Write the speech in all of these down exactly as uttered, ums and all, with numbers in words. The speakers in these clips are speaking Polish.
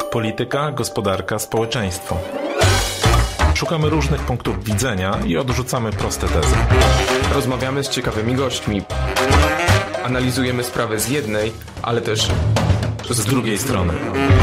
Polityka, gospodarka, społeczeństwo. Szukamy różnych punktów widzenia i odrzucamy proste tezy. Rozmawiamy z ciekawymi gośćmi. Analizujemy sprawę z jednej, ale też z, z drugiej strony.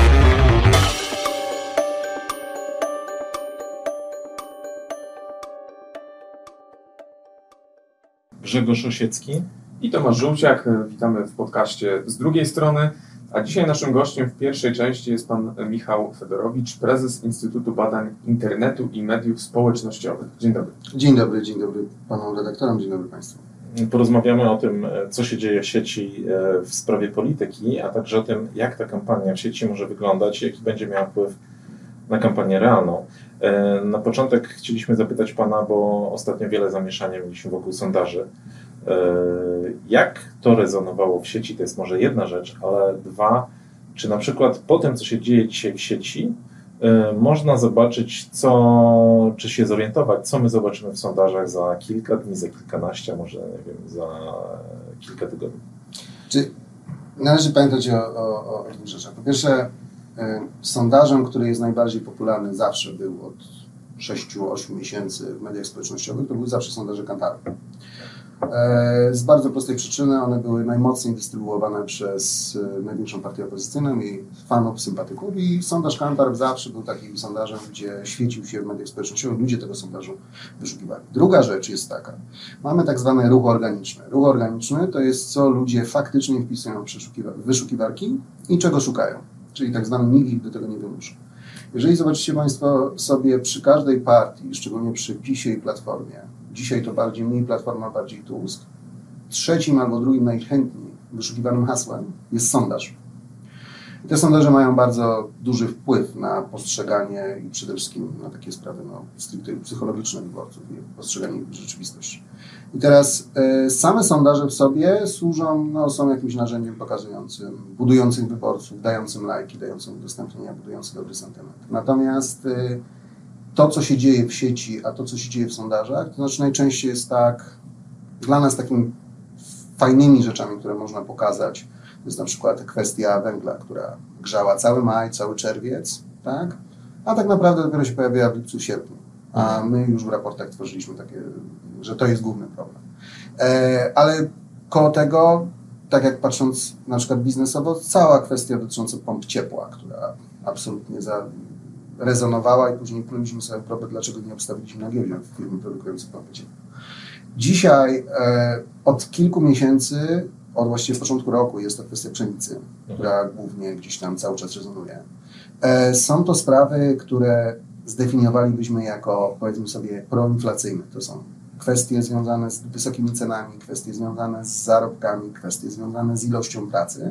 Grzegorz Osiecki i Tomasz Żółciak. Witamy w podcaście z drugiej strony. A dzisiaj naszym gościem w pierwszej części jest pan Michał Fedorowicz, prezes Instytutu Badań Internetu i Mediów Społecznościowych. Dzień dobry. Dzień dobry, dzień dobry panom redaktorom, dzień dobry państwu. Porozmawiamy o tym, co się dzieje w sieci w sprawie polityki, a także o tym, jak ta kampania w sieci może wyglądać, jaki będzie miała wpływ na kampanię realną. Na początek chcieliśmy zapytać pana, bo ostatnio wiele zamieszania mieliśmy wokół sondaży. Jak to rezonowało w sieci, to jest może jedna rzecz, ale dwa, czy na przykład po tym, co się dzieje dzisiaj w sieci, można zobaczyć, co, czy się zorientować, co my zobaczymy w sondażach za kilka dni, za kilkanaście, może nie wiem, za kilka tygodni. Czy należy pamiętać o, o, o dwóch rzeczach. Po pierwsze, y, sondażem, który jest najbardziej popularny, zawsze był od sześciu do ośmiu miesięcy w mediach społecznościowych, to były zawsze sondaże Kantaru. Z bardzo prostej przyczyny one były najmocniej dystrybuowane przez największą partię opozycyjną i fanów, sympatyków, i sondaż Kantar zawsze był takim sondażem, gdzie świecił się w mediach społecznościowych, ludzie tego sondażu wyszukiwali. Druga rzecz jest taka, mamy tak zwany ruch organiczny. Ruch organiczny to jest, co ludzie faktycznie wpisują w wyszukiwarki i czego szukają, czyli tak zwany nikt ich do tego nie wymusza. Jeżeli zobaczycie państwo sobie przy każdej partii, szczególnie przy PiSie i Platformie, dzisiaj to bardziej mniej Platforma, bardziej Tusk, trzecim albo drugim najchętniej wyszukiwanym hasłem jest sondaż. I te sondaże mają bardzo duży wpływ na postrzeganie i przede wszystkim na takie sprawy no, stricte psychologiczne wyborców i postrzeganie rzeczywistości. I teraz y, same sondaże w sobie służą, no, są jakimś narzędziem pokazującym, budującym wyborców, dającym lajki, dającym udostępnienia, budującym dobry sentyment. Natomiast y, to, co się dzieje w sieci, a to, co się dzieje w sondażach, to znaczy najczęściej jest tak, dla nas takimi fajnymi rzeczami, które można pokazać, to jest na przykład kwestia węgla, która grzała cały maj, cały czerwiec, tak? A tak naprawdę dopiero się pojawiła w lipcu, sierpniu. A my już w raportach tworzyliśmy takie, że to jest główny problem. E, ale koło tego, tak jak patrząc na przykład biznesowo, cała kwestia dotycząca pomp ciepła, która absolutnie za rezonowała i później płynęliśmy sobie problem, dlaczego nie obstawiliśmy na giełdzie firmy produkujące pompy ciepła. Dzisiaj e, od kilku miesięcy, od właściwie początku roku jest to kwestia pszenicy, mhm. która głównie gdzieś tam cały czas rezonuje. E, są to sprawy, które zdefiniowalibyśmy jako, powiedzmy sobie, proinflacyjne. To są kwestie związane z wysokimi cenami, kwestie związane z zarobkami, kwestie związane z ilością pracy.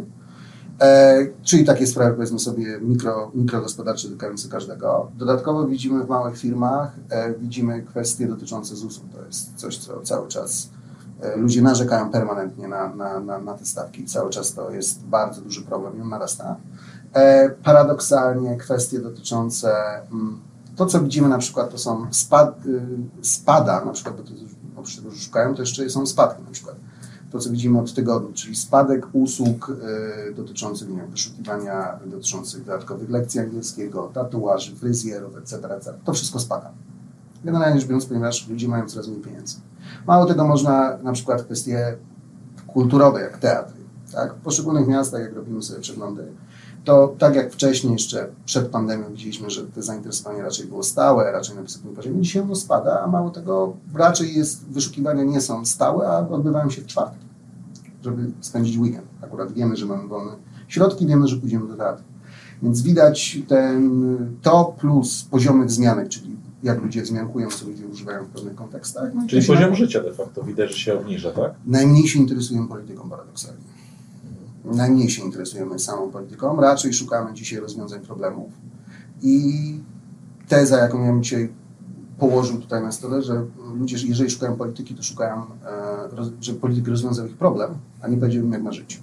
E, czyli takie sprawy, powiedzmy sobie, mikro, mikrogospodarcze dotykające każdego. Dodatkowo widzimy w małych firmach, e, widzimy kwestie dotyczące zusu. To jest coś, co cały czas e, ludzie narzekają permanentnie na, na, na, na te stawki. Cały czas to jest bardzo duży problem i on narasta. E, paradoksalnie kwestie dotyczące, mm, to co widzimy na przykład, to są spad, y, spada, na przykład, bo to, oprócz tego, że szukają, to jeszcze są spadki na przykład. To, co widzimy od tygodni, czyli spadek usług y, dotyczących nie wiem, wyszukiwania, dotyczących dodatkowych lekcji angielskiego, tatuaży, fryzjerów, et cetera, et cetera. To wszystko spada. Generalnie rzecz biorąc, ponieważ ludzie mają coraz mniej pieniędzy. Mało tego, można na przykład kwestie kulturowe, jak teatry. Tak? W poszczególnych miastach, jak robimy sobie przeglądy, to tak jak wcześniej, jeszcze przed pandemią widzieliśmy, że to zainteresowanie raczej było stałe, raczej na wysokim poziomie. Dzisiaj ono spada, a mało tego, raczej jest, wyszukiwania nie są stałe, a odbywają się w czwartek, żeby spędzić weekend. Akurat wiemy, że mamy wolne środki, wiemy, że pójdziemy do teatru. Więc widać ten, to plus poziomy wzmianek, czyli jak ludzie wzmiankują, co ludzie używają w pewnych kontekstach. No czyli poziom na... życia de facto widać, że się obniża, tak? Najmniej się interesują polityką paradoksalnie. Najmniej się interesujemy samą polityką, raczej szukamy dzisiaj rozwiązań problemów. I teza, jaką ja bym dzisiaj położył tutaj na stole, że ludzie, jeżeli szukają polityki, to szukają, że polityk rozwiązał ich problem, a nie powiedziałbym, jak ma żyć.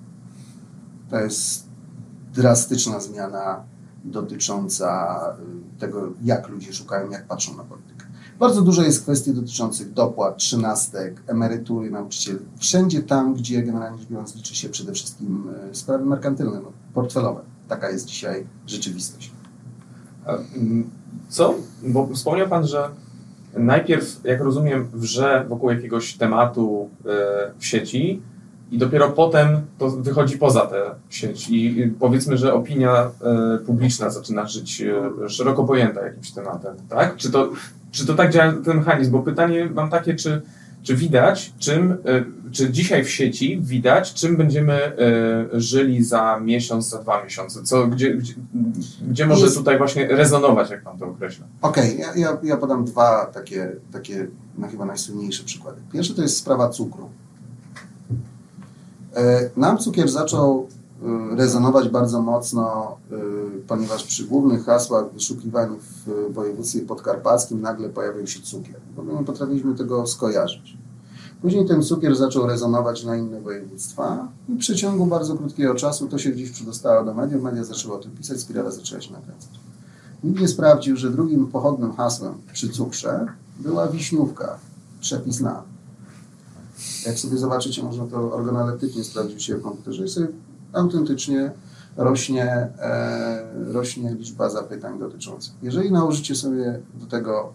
To jest drastyczna zmiana dotycząca tego, jak ludzie szukają, jak patrzą na politykę. Bardzo dużo jest kwestii dotyczących dopłat, trzynastek, emerytury nauczycieli. Wszędzie tam, gdzie generalnie rzecz biorąc liczy się przede wszystkim sprawy merkantylne, no, portfelowe. taka jest dzisiaj rzeczywistość. Co? Bo wspomniał Pan, że najpierw, jak rozumiem, wrze wokół jakiegoś tematu w sieci i dopiero potem to wychodzi poza tę sieć i powiedzmy, że opinia publiczna zaczyna żyć szeroko pojęta jakimś tematem, tak? Czy to, czy to tak działa ten mechanizm? Bo pytanie mam takie, czy, czy widać, czym, czy dzisiaj w sieci widać, czym będziemy żyli za miesiąc, za dwa miesiące? Co, gdzie, gdzie, gdzie może jest... tutaj właśnie rezonować, jak Pan to określa? Okej, okay, ja, ja, ja podam dwa takie, takie no chyba najsłynniejsze przykłady. Pierwszy to jest sprawa cukru. Nam cukier zaczął rezonować bardzo mocno, ponieważ przy głównych hasłach wyszukiwań w województwie podkarpackim nagle pojawił się cukier. Bo nie potrafiliśmy tego skojarzyć. Później ten cukier zaczął rezonować na inne województwa i w przeciągu bardzo krótkiego czasu to się gdzieś przedostało do mediów, media zaczęły o tym pisać, spirala zaczęła się nakręcać. Nikt nie sprawdził, że drugim pochodnym hasłem przy cukrze była wiśniówka, przepis na. Jak sobie zobaczycie, można to organoleptycznie sprawdzić się w komputerze i sobie autentycznie rośnie, e, rośnie liczba zapytań dotyczących. Jeżeli nałożycie sobie do tego,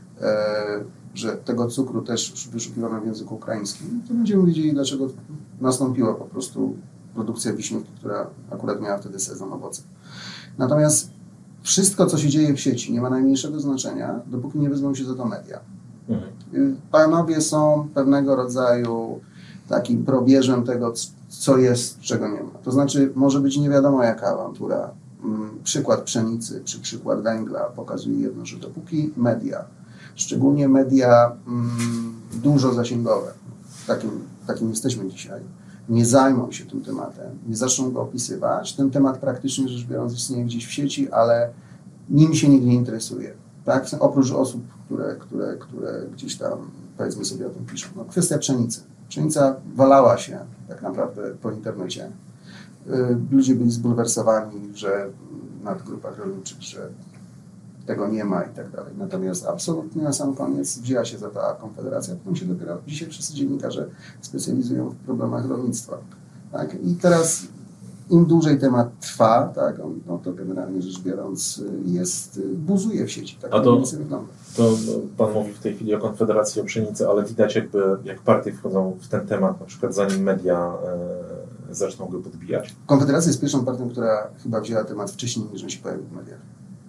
e, że tego cukru też wyszukiwano w języku ukraińskim, to będziemy wiedzieli, dlaczego nastąpiła po prostu produkcja wiśniówki, która akurat miała wtedy sezon owoców. Natomiast wszystko, co się dzieje w sieci, nie ma najmniejszego znaczenia, dopóki nie wezmą się za to media. Mhm. Panowie są pewnego rodzaju takim probierzem tego, co jest, czego nie ma. To znaczy, może być nie wiadomo jaka awantura. Przykład pszenicy czy przykład węgla pokazuje jedno, że dopóki media, szczególnie media mm, dużo zasięgowe, takim, takim jesteśmy dzisiaj, nie zajmą się tym tematem, nie zaczną go opisywać, ten temat praktycznie rzecz biorąc istnieje gdzieś w sieci, ale nim się nikt nie interesuje. Tak? Oprócz osób, które, które, które gdzieś tam, powiedzmy sobie, o tym piszą. No, kwestia pszenicy. Pszenica walała się tak naprawdę po internecie. Ludzie byli zbulwersowani, że na grupach rolniczych, że tego nie ma i tak dalej. Natomiast absolutnie na sam koniec wzięła się za ta Konfederacja, potem się dopiero dzisiaj wszyscy dziennikarze specjalizują w problemach rolnictwa. Tak? I teraz im dłużej temat trwa, tak, on, no to generalnie rzecz biorąc jest, buzuje w sieci. Tak. A to, to Pan mówi w tej chwili o Konfederacji, o pszenicy, ale widać jakby, jak partie wchodzą w ten temat, na przykład zanim media e, zaczną go podbijać. Konfederacja jest pierwszą partią, która chyba wzięła temat wcześniej, niż on się pojawił w mediach.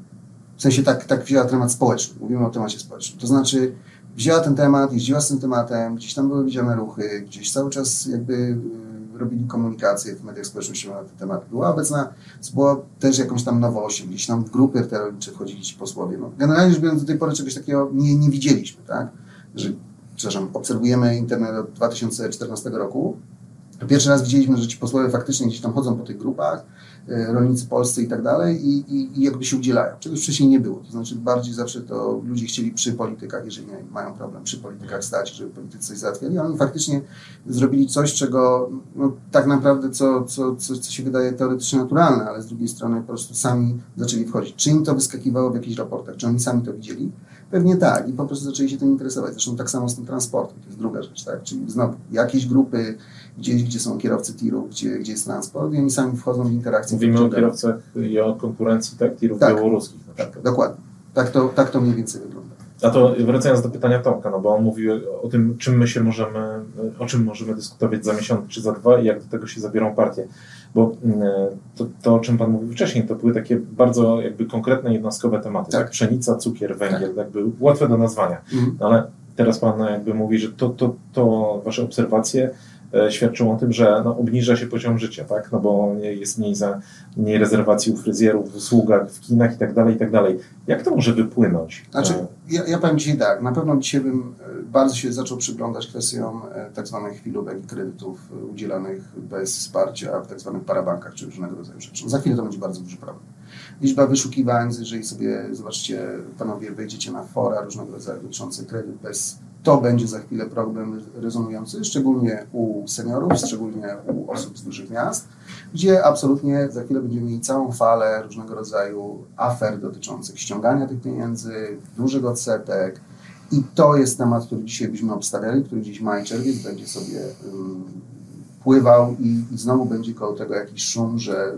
W sensie tak, tak wzięła temat społeczny. Mówimy o temacie społecznym. To znaczy wzięła ten temat, jeździła z tym tematem, gdzieś tam były widziane ruchy, gdzieś cały czas jakby robili komunikację w mediach społecznościowych na ten temat. Była obecna, co było też jakąś tam nowością, gdzieś tam w grupy te rolnicze wchodzili ci posłowie. No, generalnie rzecz biorąc, do tej pory czegoś takiego nie, nie widzieliśmy, tak? Że, przepraszam, obserwujemy internet od dwa tysiące czternastego roku. Pierwszy raz widzieliśmy, że ci posłowie faktycznie gdzieś tam chodzą po tych grupach, rolnicy polscy i tak dalej i, i, i jakby się udzielają. Czegoś wcześniej nie było. To znaczy bardziej zawsze to ludzie chcieli przy politykach, jeżeli mają problem, przy politykach stać, żeby politycy coś załatwiali. Oni faktycznie zrobili coś, czego no, tak naprawdę co, co, co, co się wydaje teoretycznie naturalne, ale z drugiej strony po prostu sami zaczęli wchodzić. Czy im to wyskakiwało w jakichś raportach? Czy oni sami to widzieli? Pewnie tak i po prostu zaczęli się tym interesować. Zresztą tak samo z tym transportem, to jest druga rzecz, tak? Czyli znowu jakieś grupy gdzieś, gdzie są kierowcy tirów, gdzie, gdzie jest transport i oni sami wchodzą w interakcję. Mówimy o kierowcach i o konkurencji, tak? Tirów tak, białoruskich na przykład. Tak, dokładnie. Tak to, tak to mniej więcej wygląda. A to wracając do pytania Tomka, no bo on mówił o tym, czym my się możemy, o czym możemy dyskutować za miesiąc czy za dwa i jak do tego się zabiorą partie. Bo to, to o czym Pan mówił wcześniej, to były takie bardzo jakby konkretne, jednostkowe tematy. Tak. Tak? Pszenica, cukier, węgiel, tak. Jakby łatwe do nazwania. Mhm. Ale teraz Pan jakby mówi, że to, to, to Wasze obserwacje świadczą o tym, że no, obniża się poziom życia, tak? No bo jest mniej, za, mniej rezerwacji u fryzjerów, w usługach, w kinach i tak dalej, i tak dalej. Jak to może wypłynąć? Znaczy, ja, ja powiem dzisiaj tak, na pewno dzisiaj bym bardzo się zaczął przyglądać kwestiom tak zwanych chwilówek i kredytów udzielanych bez wsparcia w tak zwanych parabankach czy różnego rodzaju rzeczy. Za chwilę to będzie bardzo duży problem. Liczba wyszukiwań, jeżeli sobie zobaczycie, panowie, wejdziecie na fora różnego rodzaju dotyczące kredyt bez, to będzie za chwilę problem rezonujący, szczególnie u seniorów, szczególnie u osób z dużych miast, gdzie absolutnie za chwilę będziemy mieli całą falę różnego rodzaju afer dotyczących ściągania tych pieniędzy, dużych odsetek i to jest temat, który dzisiaj byśmy obstawiali, który gdzieś maj, czerwiec będzie sobie um, pływał i, i znowu będzie koło tego jakiś szum, że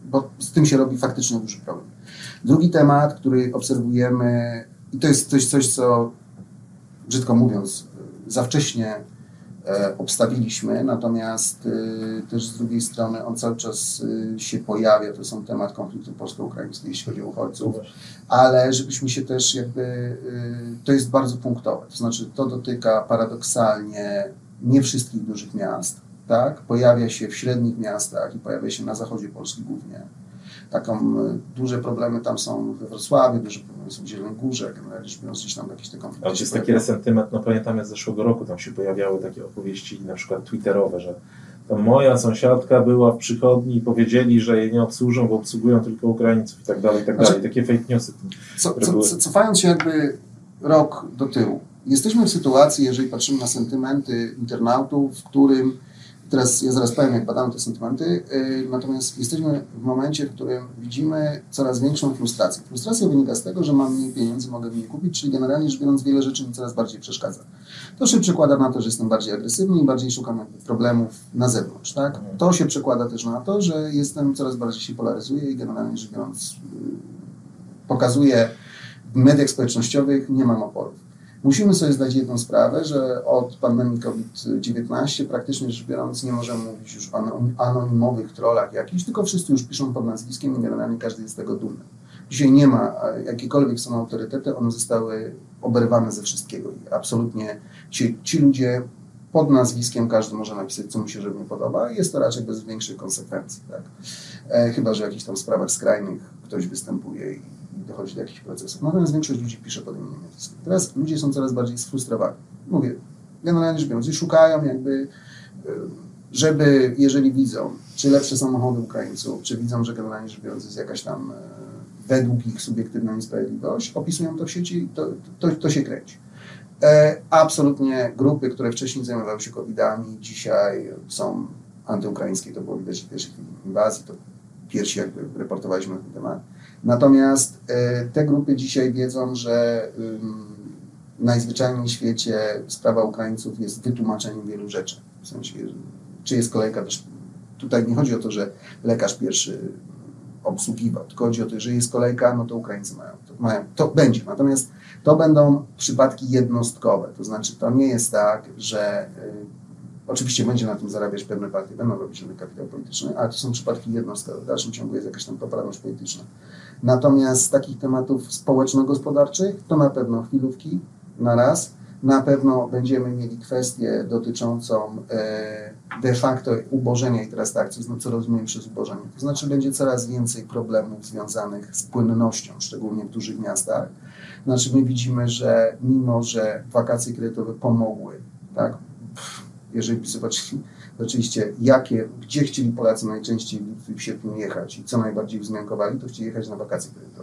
bo z tym się robi faktycznie duży problem. Drugi temat, który obserwujemy, i to jest coś, coś co brzydko mówiąc, za wcześnie e, obstawiliśmy, natomiast e, też z drugiej strony on cały czas e, się pojawia, to są temat konfliktu polsko-ukraińskiego, jeśli chodzi o uchodźców, ale żebyśmy się też jakby, e, to jest bardzo punktowe, to znaczy to dotyka paradoksalnie nie wszystkich dużych miast, tak? Pojawia się w średnich miastach i pojawia się na zachodzie Polski głównie. Taką, duże problemy tam są we Wrocławiu, duże problemy są w Zielonej Górze, generalnie rzecz biorąc, gdzieś tam jakieś te konflikty. Ale to jest taki resentyment, no pamiętam z zeszłego roku, tam się pojawiały takie opowieści na przykład twitterowe, że tam moja sąsiadka była w przychodni i powiedzieli, że jej nie obsłużą, bo obsługują tylko Ukraińców i tak dalej, i tak dalej. Takie fake newsy. Co, co, co, cofając się jakby rok do tyłu, jesteśmy w sytuacji, jeżeli patrzymy na sentymenty internautów, w którym teraz ja zaraz powiem, jak badamy te sentymenty, yy, natomiast jesteśmy w momencie, w którym widzimy coraz większą frustrację. Frustracja wynika z tego, że mam mniej pieniędzy, mogę mniej kupić, czyli generalnie rzecz biorąc wiele rzeczy mi coraz bardziej przeszkadza. To się przekłada na to, że jestem bardziej agresywny i bardziej szukam jakby problemów na zewnątrz. Tak? To się przekłada też na to, że jestem coraz bardziej się polaryzuję i generalnie rzecz biorąc yy, pokazuję w mediach społecznościowych nie mam oporów. Musimy sobie zdać jedną sprawę, że od pandemii COVID dziewiętnaście praktycznie rzecz biorąc nie możemy mówić już o anonimowych trollach jakichś, tylko wszyscy już piszą pod nazwiskiem i generalnie każdy jest z tego dumny. Dzisiaj nie ma, jakiekolwiek są autorytety, one zostały oberwane ze wszystkiego i absolutnie ci, ci ludzie pod nazwiskiem każdy może napisać, co mu się że nie podoba i jest to raczej bez większych konsekwencji. Tak? E, chyba że w jakichś tam sprawach skrajnych ktoś występuje i dochodzi do jakichś procesów. Natomiast większość ludzi pisze pod imieniem nazwiskiem. Teraz ludzie są coraz bardziej sfrustrowani. Mówię, generalnie rzecz biorąc, i szukają jakby, żeby, jeżeli widzą, czy lepsze samochody Ukraińców, czy widzą, że generalnie rzecz biorąc jest jakaś tam według ich subiektywna niesprawiedliwość, opisują to w sieci i to, to, to się kręci. E, absolutnie grupy, które wcześniej zajmowały się kowidami, dzisiaj są antyukraińskie, to było widać w pierwszej chwili inwazji, to pierwsi jakby reportowaliśmy na ten temat. Natomiast e, te grupy dzisiaj wiedzą, że y, najzwyczajniej w świecie sprawa Ukraińców jest wytłumaczeniem wielu rzeczy. W sensie, czy jest kolejka, też tutaj nie chodzi o to, że lekarz pierwszy obsługiwał, tylko chodzi o to, że jest kolejka, no to Ukraińcy mają. To, mają, to będzie. Natomiast to będą przypadki jednostkowe. To znaczy, to nie jest tak, że y, oczywiście będzie na tym zarabiać pewne partie, będą robić ten kapitał polityczny, ale to są przypadki jednostkowe. W dalszym ciągu jest jakaś tam poprawność polityczna. Natomiast z takich tematów społeczno-gospodarczych to na pewno chwilówki na raz. Na pewno będziemy mieli kwestię dotyczącą e, de facto ubożenia i teraz tak, co, co rozumiem przez ubożenie. To znaczy będzie coraz więcej problemów związanych z płynnością, szczególnie w dużych miastach. Znaczy my widzimy, że mimo, że wakacje kredytowe pomogły, tak, jeżeli zobaczyli oczywiście, jakie, gdzie chcieli Polacy najczęściej w sierpniu jechać i co najbardziej wzmiankowali, to chcieli jechać na wakacje kredytowe.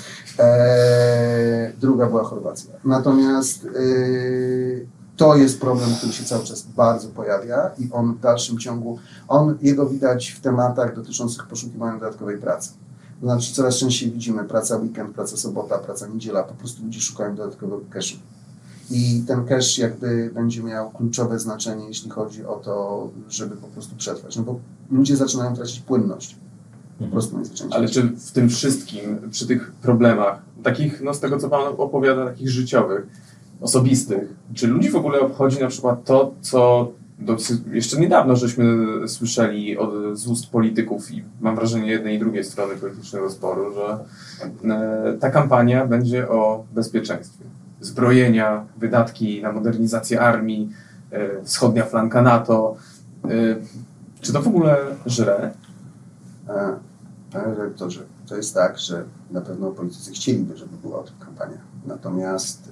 Eee, druga była Chorwacja. Natomiast yy, to jest problem, który się cały czas bardzo pojawia i on w dalszym ciągu, on, jego widać w tematach dotyczących poszukiwania dodatkowej pracy. To znaczy coraz częściej widzimy praca weekend, praca sobota, praca niedziela, po prostu ludzie szukają dodatkowego cashu. I ten cash jakby będzie miał kluczowe znaczenie, jeśli chodzi o to, żeby po prostu przetrwać. No bo ludzie zaczynają tracić płynność. Po prostu najzwyczajniej. Ale czy w tym wszystkim, przy tych problemach, takich, no z tego co Pan opowiada, takich życiowych, osobistych, czy ludzi w ogóle obchodzi na przykład to, co do, jeszcze niedawno żeśmy słyszeli od, z ust polityków i mam wrażenie jednej i drugiej strony politycznego sporu, że e, ta kampania będzie o bezpieczeństwie. Zbrojenia, wydatki na modernizację armii, e, wschodnia flanka NATO. E, czy to w ogóle żre? Panie redaktorze, to jest tak, że na pewno politycy chcieliby, żeby była o tym kampania. Natomiast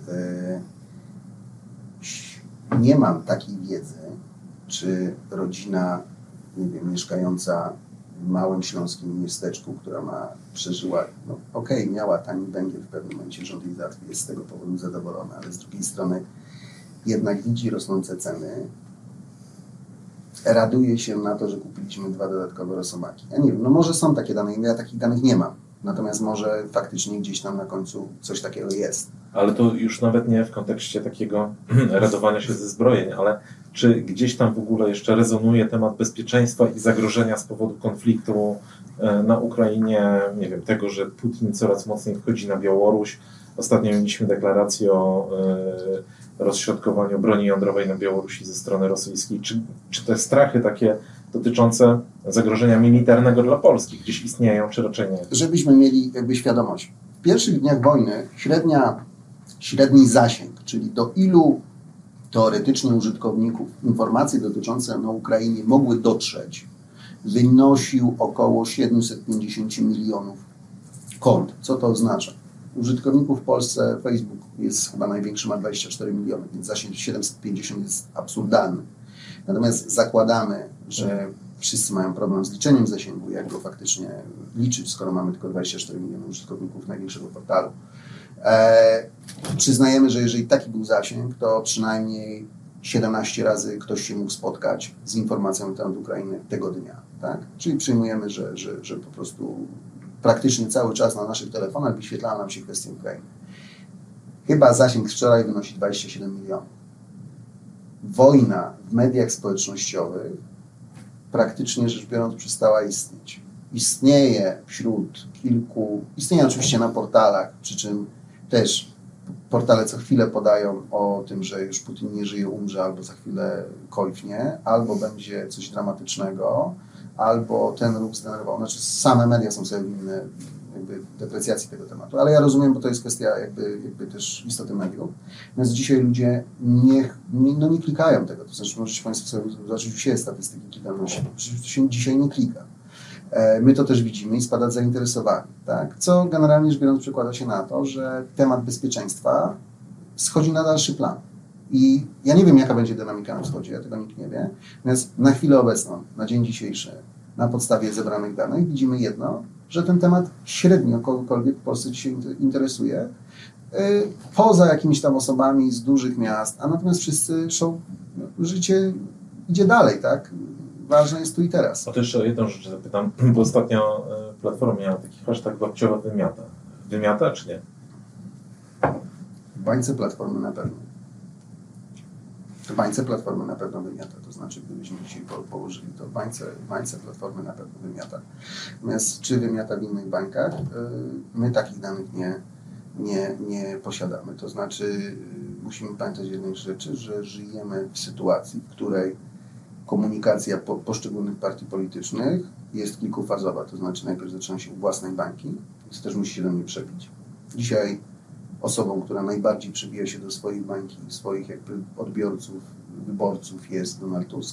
yy, nie mam takiej wiedzy, czy rodzina, nie wiem, mieszkająca w małym śląskim miasteczku, która ma, przeżyła, no okej, okay, miała tani węgiel w pewnym momencie, rząd jej załatwił, jest z tego powodu zadowolona, ale z drugiej strony jednak widzi rosnące ceny, raduje się na to, że kupiliśmy dwa dodatkowe rosomaki. Ja nie wiem, no może są takie dane, ja takich danych nie mam. Natomiast może faktycznie gdzieś tam na końcu coś takiego jest. Ale to już nawet nie w kontekście takiego radowania się ze zbrojeń, ale czy gdzieś tam w ogóle jeszcze rezonuje temat bezpieczeństwa i zagrożenia z powodu konfliktu na Ukrainie, nie wiem, tego, że Putin coraz mocniej wchodzi na Białoruś. Ostatnio mieliśmy deklarację o y, rozśrodkowaniu broni jądrowej na Białorusi ze strony rosyjskiej. Czy, czy te strachy takie dotyczące zagrożenia militarnego dla Polski gdzieś istnieją, czy raczej nie? Żebyśmy mieli jakby świadomość. W pierwszych dniach wojny średnia, średni zasięg, czyli do ilu teoretycznie użytkowników informacje dotyczące na Ukrainie mogły dotrzeć, wynosił około siedemset pięćdziesiąt milionów kont. Co to oznacza? Użytkowników w Polsce Facebook jest chyba największy, ma dwadzieścia cztery miliony, więc zasięg siedemset pięćdziesiąt jest absurdalny. Natomiast zakładamy, że wszyscy mają problem z liczeniem zasięgu, jak go faktycznie liczyć, skoro mamy tylko dwadzieścia cztery miliony użytkowników największego portalu. E, przyznajemy, że jeżeli taki był zasięg, to przynajmniej siedemnaście razy ktoś się mógł spotkać z informacją na temat Ukrainy tego dnia. Tak? Czyli przyjmujemy, że, że, że po prostu praktycznie cały czas na naszych telefonach wyświetlała nam się kwestia Ukrainy. Chyba zasięg wczoraj wynosi dwadzieścia siedem milionów. Wojna w mediach społecznościowych praktycznie rzecz biorąc przestała istnieć. Istnieje wśród kilku, istnieje oczywiście na portalach, przy czym też portale co chwilę podają o tym, że już Putin nie żyje, umrze, albo za chwilę kojfnie, albo będzie coś dramatycznego, albo ten ruch zdenerwował. Znaczy same media są sobie winne jakby deprecjacji tego tematu, ale ja rozumiem, bo to jest kwestia jakby, jakby też istoty mediów. Natomiast dzisiaj ludzie nie, nie, no nie klikają tego. To znaczy możecie Państwo sobie zobaczyć wszystkie statystyki klikalności. Przecież to się dzisiaj nie klika. My to też widzimy i spada zainteresowanie. Tak? Co generalnie rzecz biorąc przekłada się na to, że temat bezpieczeństwa schodzi na dalszy plan. I ja nie wiem, jaka będzie dynamika na wschodzie, tego nikt nie wie. Natomiast na chwilę obecną, na dzień dzisiejszy, na podstawie zebranych danych widzimy jedno, że ten temat średnio kogokolwiek w Polsce dzisiaj interesuje, poza jakimiś tam osobami z dużych miast, a natomiast wszyscy są, życie idzie dalej, tak? Ważne jest tu i teraz. A to jeszcze jedną rzecz zapytam, bo ostatnio Platforma miała taki hashtag babciowa wymiata. Wymiata czy nie? W bańce Platformy na pewno. W bańce Platformy na pewno wymiata. To znaczy, gdybyśmy dzisiaj położyli to w bańce, w bańce Platformy na pewno wymiata. Natomiast czy wymiata w innych bańkach? My takich danych nie, nie, nie posiadamy. To znaczy, musimy pamiętać jednej rzeczy, że żyjemy w sytuacji, w której komunikacja po, poszczególnych partii politycznych jest kilkufazowa. To znaczy, najpierw zaczyna się u własnej bańki, więc też musi się do niej przebić. Dzisiaj osobą, która najbardziej przebija się do swojej bańki, swoich jakby odbiorców, wyborców jest Donald Tusk.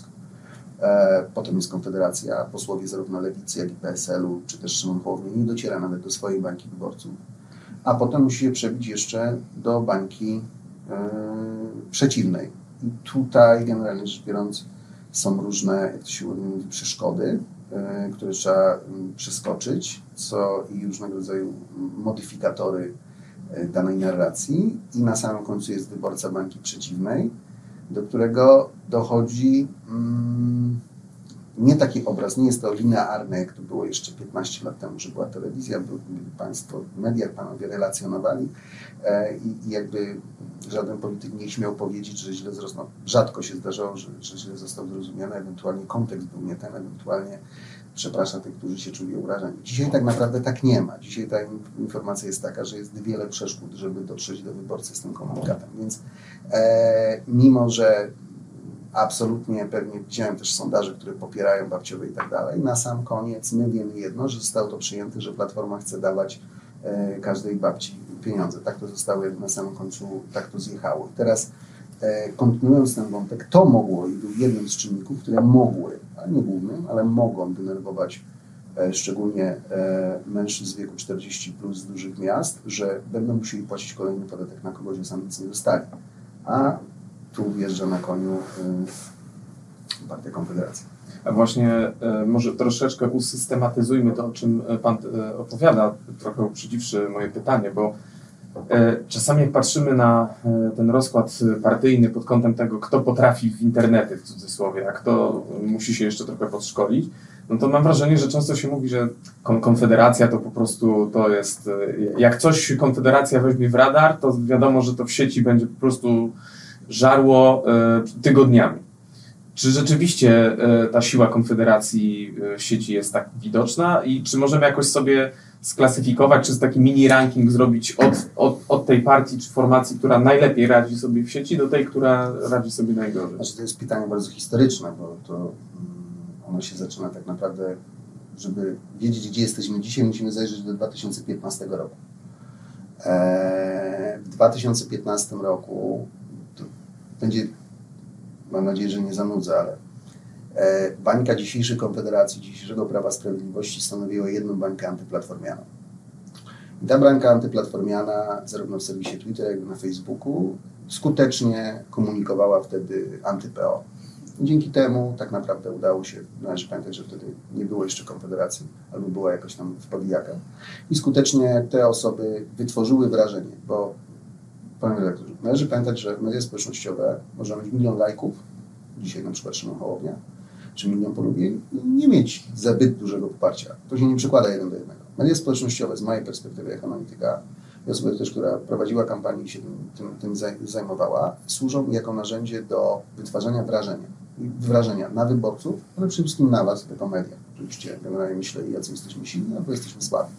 E, potem jest Konfederacja, posłowie zarówno Lewicy, jak i P S L-u, czy też Szymon Hołownia nie dociera nawet do swojej bańki wyborców. A potem musi się przebić jeszcze do bańki e, przeciwnej. I tutaj generalnie rzecz biorąc są różne, jak to się ładnie mówi, przeszkody, e, które trzeba m, przeskoczyć, co i różnego rodzaju modyfikatory danej narracji i na samym końcu jest wyborca bańki przeciwnej, do którego dochodzi mm, nie taki obraz, nie jest to linearne, jak to było jeszcze piętnaście lat temu, że była telewizja, byli Państwo w mediach, Panowie relacjonowali e, i, i jakby żaden polityk nie śmiał powiedzieć, że źle zrozumiał. Rzadko się zdarzało, że, że źle został zrozumiany, ewentualnie kontekst był nie ten, ewentualnie przepraszam tych, którzy się czuli urażeni. Dzisiaj tak naprawdę tak nie ma. Dzisiaj ta informacja jest taka, że jest wiele przeszkód, żeby dotrzeć do wyborcy z tym komunikatem. Więc e, mimo, że absolutnie pewnie widziałem też sondaże, które popierają babciowe i tak dalej, na sam koniec my wiemy jedno, że zostało to przyjęte, że Platforma chce dawać e, każdej babci pieniądze. Tak to zostało na samym końcu, tak to zjechało. I teraz e, kontynuując ten wątek, to mogło i był jednym z czynników, które mogły, a nie głównym, ale mogą denerwować e, szczególnie e, mężczyzn z wieku czterdzieści plus z dużych miast, że będą musieli płacić kolejny podatek na kogoś, że sami nic nie dostali. A tu wjeżdża na koniu y, Partia Konfederacji. A właśnie y, może troszeczkę usystematyzujmy to, o czym Pan y, opowiada, trochę uprzedziwszy moje pytanie, bo y, czasami jak patrzymy na y, ten rozkład partyjny pod kątem tego, kto potrafi w internety, w cudzysłowie, a kto musi się jeszcze trochę podszkolić, no to mam wrażenie, że często się mówi, że kon- Konfederacja to po prostu to jest, y, jak coś Konfederacja weźmie w radar, to wiadomo, że to w sieci będzie po prostu żarło y, tygodniami. Czy rzeczywiście e, ta siła Konfederacji e, w sieci jest tak widoczna i czy możemy jakoś sobie sklasyfikować, czy taki mini ranking zrobić od, od, od tej partii czy formacji, która najlepiej radzi sobie w sieci, do tej, która radzi sobie najgorzej? Znaczy, to jest pytanie bardzo historyczne, bo to mm, ono się zaczyna tak naprawdę, żeby wiedzieć, gdzie jesteśmy dzisiaj, musimy zajrzeć do dwa tysiące piętnastego roku. Eee, w dwa tysiące piętnastym roku to będzie, mam nadzieję, że nie zanudzę, ale e, bańka dzisiejszej Konfederacji, dzisiejszego Prawa Sprawiedliwości stanowiła jedną bańkę antyplatformianą. I ta bańka antyplatformiana, zarówno w serwisie Twitter, jak i na Facebooku, skutecznie komunikowała wtedy anty-P O. I dzięki temu tak naprawdę udało się, należy pamiętać, że wtedy nie było jeszcze Konfederacji, albo była jakoś tam w powijakach. I skutecznie te osoby wytworzyły wrażenie, bo panie redaktorze, należy pamiętać, że media społecznościowe można mieć milion lajków, dzisiaj na przykład Szymon Hołownia, czy milion polubień, i nie mieć zbyt dużego poparcia. To się nie przekłada jeden do jednego. Media społecznościowe z mojej perspektywy jako analityka i osoby też, która prowadziła kampanię i się tym, tym, tym zajmowała, służą jako narzędzie do wytwarzania wrażenia. wrażenia na wyborców, ale przede wszystkim na was, jako media. Oczywiście generalnie myślę, jacy jesteśmy silni, albo jesteśmy słabi.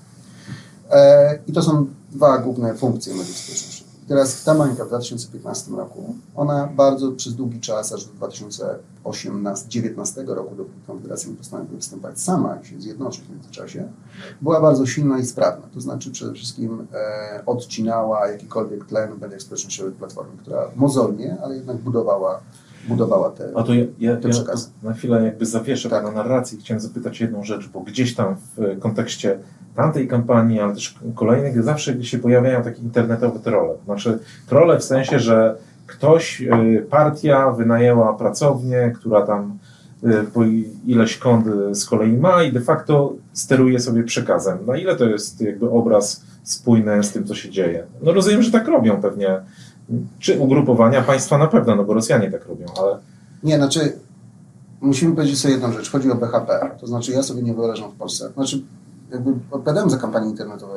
E, I to są dwa główne funkcje mediów społecznościowych. Teraz ta bańka w dwa tysiące piętnastym roku, ona bardzo przez długi czas, aż do dwa tysiące osiemnastego dziewiętnastego roku, do Konfederacji nie postanowiła występować sama i się zjednoczyć w międzyczasie, była bardzo silna i sprawna. To znaczy przede wszystkim e, odcinała jakikolwiek tlen w mediach społecznościowych Platformy, która mozolnie, ale jednak budowała budowała te, A to ja, ja, te ja przekazy. na chwilę jakby zawieszę Tak. na narracji. Chciałem zapytać jedną rzecz, bo gdzieś tam w kontekście tamtej kampanii, ale też kolejnych, zawsze się pojawiają takie internetowe trolle. Znaczy trolle w sensie, że ktoś, partia wynajęła pracownię, która tam po ileś kont z kolei ma i de facto steruje sobie przekazem. Na ile to jest jakby obraz spójny z tym, co się dzieje? No rozumiem, że tak robią pewnie. Czy ugrupowania państwa na pewno, no bo Rosjanie tak robią, ale... Nie, znaczy musimy powiedzieć sobie jedną rzecz. Chodzi o B H P. To znaczy ja sobie nie wyobrażam w Polsce. Znaczy jakby odpowiadałem za kampanię internetową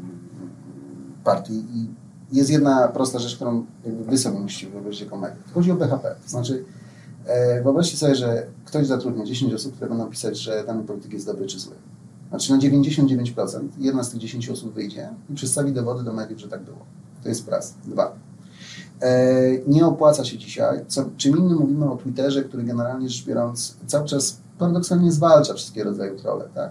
partii i jest jedna prosta rzecz, którą jakby wy sobie musicie wyobrazić jako media. Chodzi o B H P. To znaczy e, wyobraźcie sobie, że ktoś zatrudnia dziesięć osób, które będą pisać, że dany polityk jest dobry czy zły. Znaczy na dziewięćdziesiąt dziewięć procent jedna z tych dziesięciu osób wyjdzie i przedstawi dowody do mediów, że tak było. To jest raz. Dwa. Nie opłaca się dzisiaj. Co, czym innym mówimy o Twitterze, który generalnie rzecz biorąc cały czas paradoksalnie zwalcza wszystkie rodzaje trolle, tak?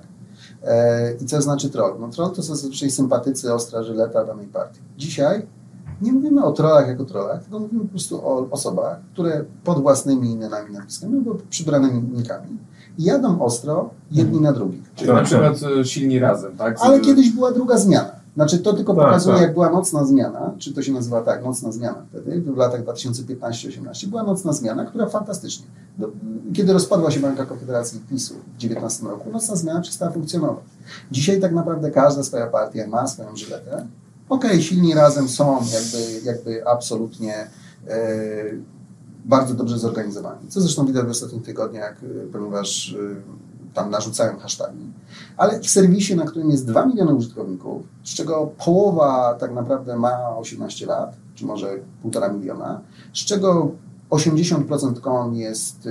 I co znaczy troll? No troll to są zazwyczaj sympatycy, ostra żyleta danej partii. Dzisiaj nie mówimy o trollach jako trollach, tylko mówimy po prostu o osobach, które pod własnymi imionami, nazwiskami albo przybranymi nikami jadą ostro jedni na drugich. Czyli na przykład silni razem, tak? Ale kiedyś była druga zmiana. Znaczy to tylko tak, pokazuje, tak. jak była nocna zmiana, czy to się nazywa tak, nocna zmiana wtedy, w latach dwa tysiące piętnasty osiemnasty, była nocna zmiana, która fantastycznie, do, kiedy rozpadła się Bańka Konfederacji i PiSu w dziewiętnastym roku, nocna zmiana przestała funkcjonować. Dzisiaj tak naprawdę każda swoja partia ma swoją żyletę. Okej, okay, silni razem są jakby, jakby absolutnie e, bardzo dobrze zorganizowani, co zresztą widać w ostatnich tygodniach, ponieważ e, tam narzucają hasztagi. Ale w serwisie, na którym jest dwa miliony użytkowników, z czego połowa tak naprawdę ma osiemnaście lat, czy może półtora miliona, z czego osiemdziesiąt procent kon jest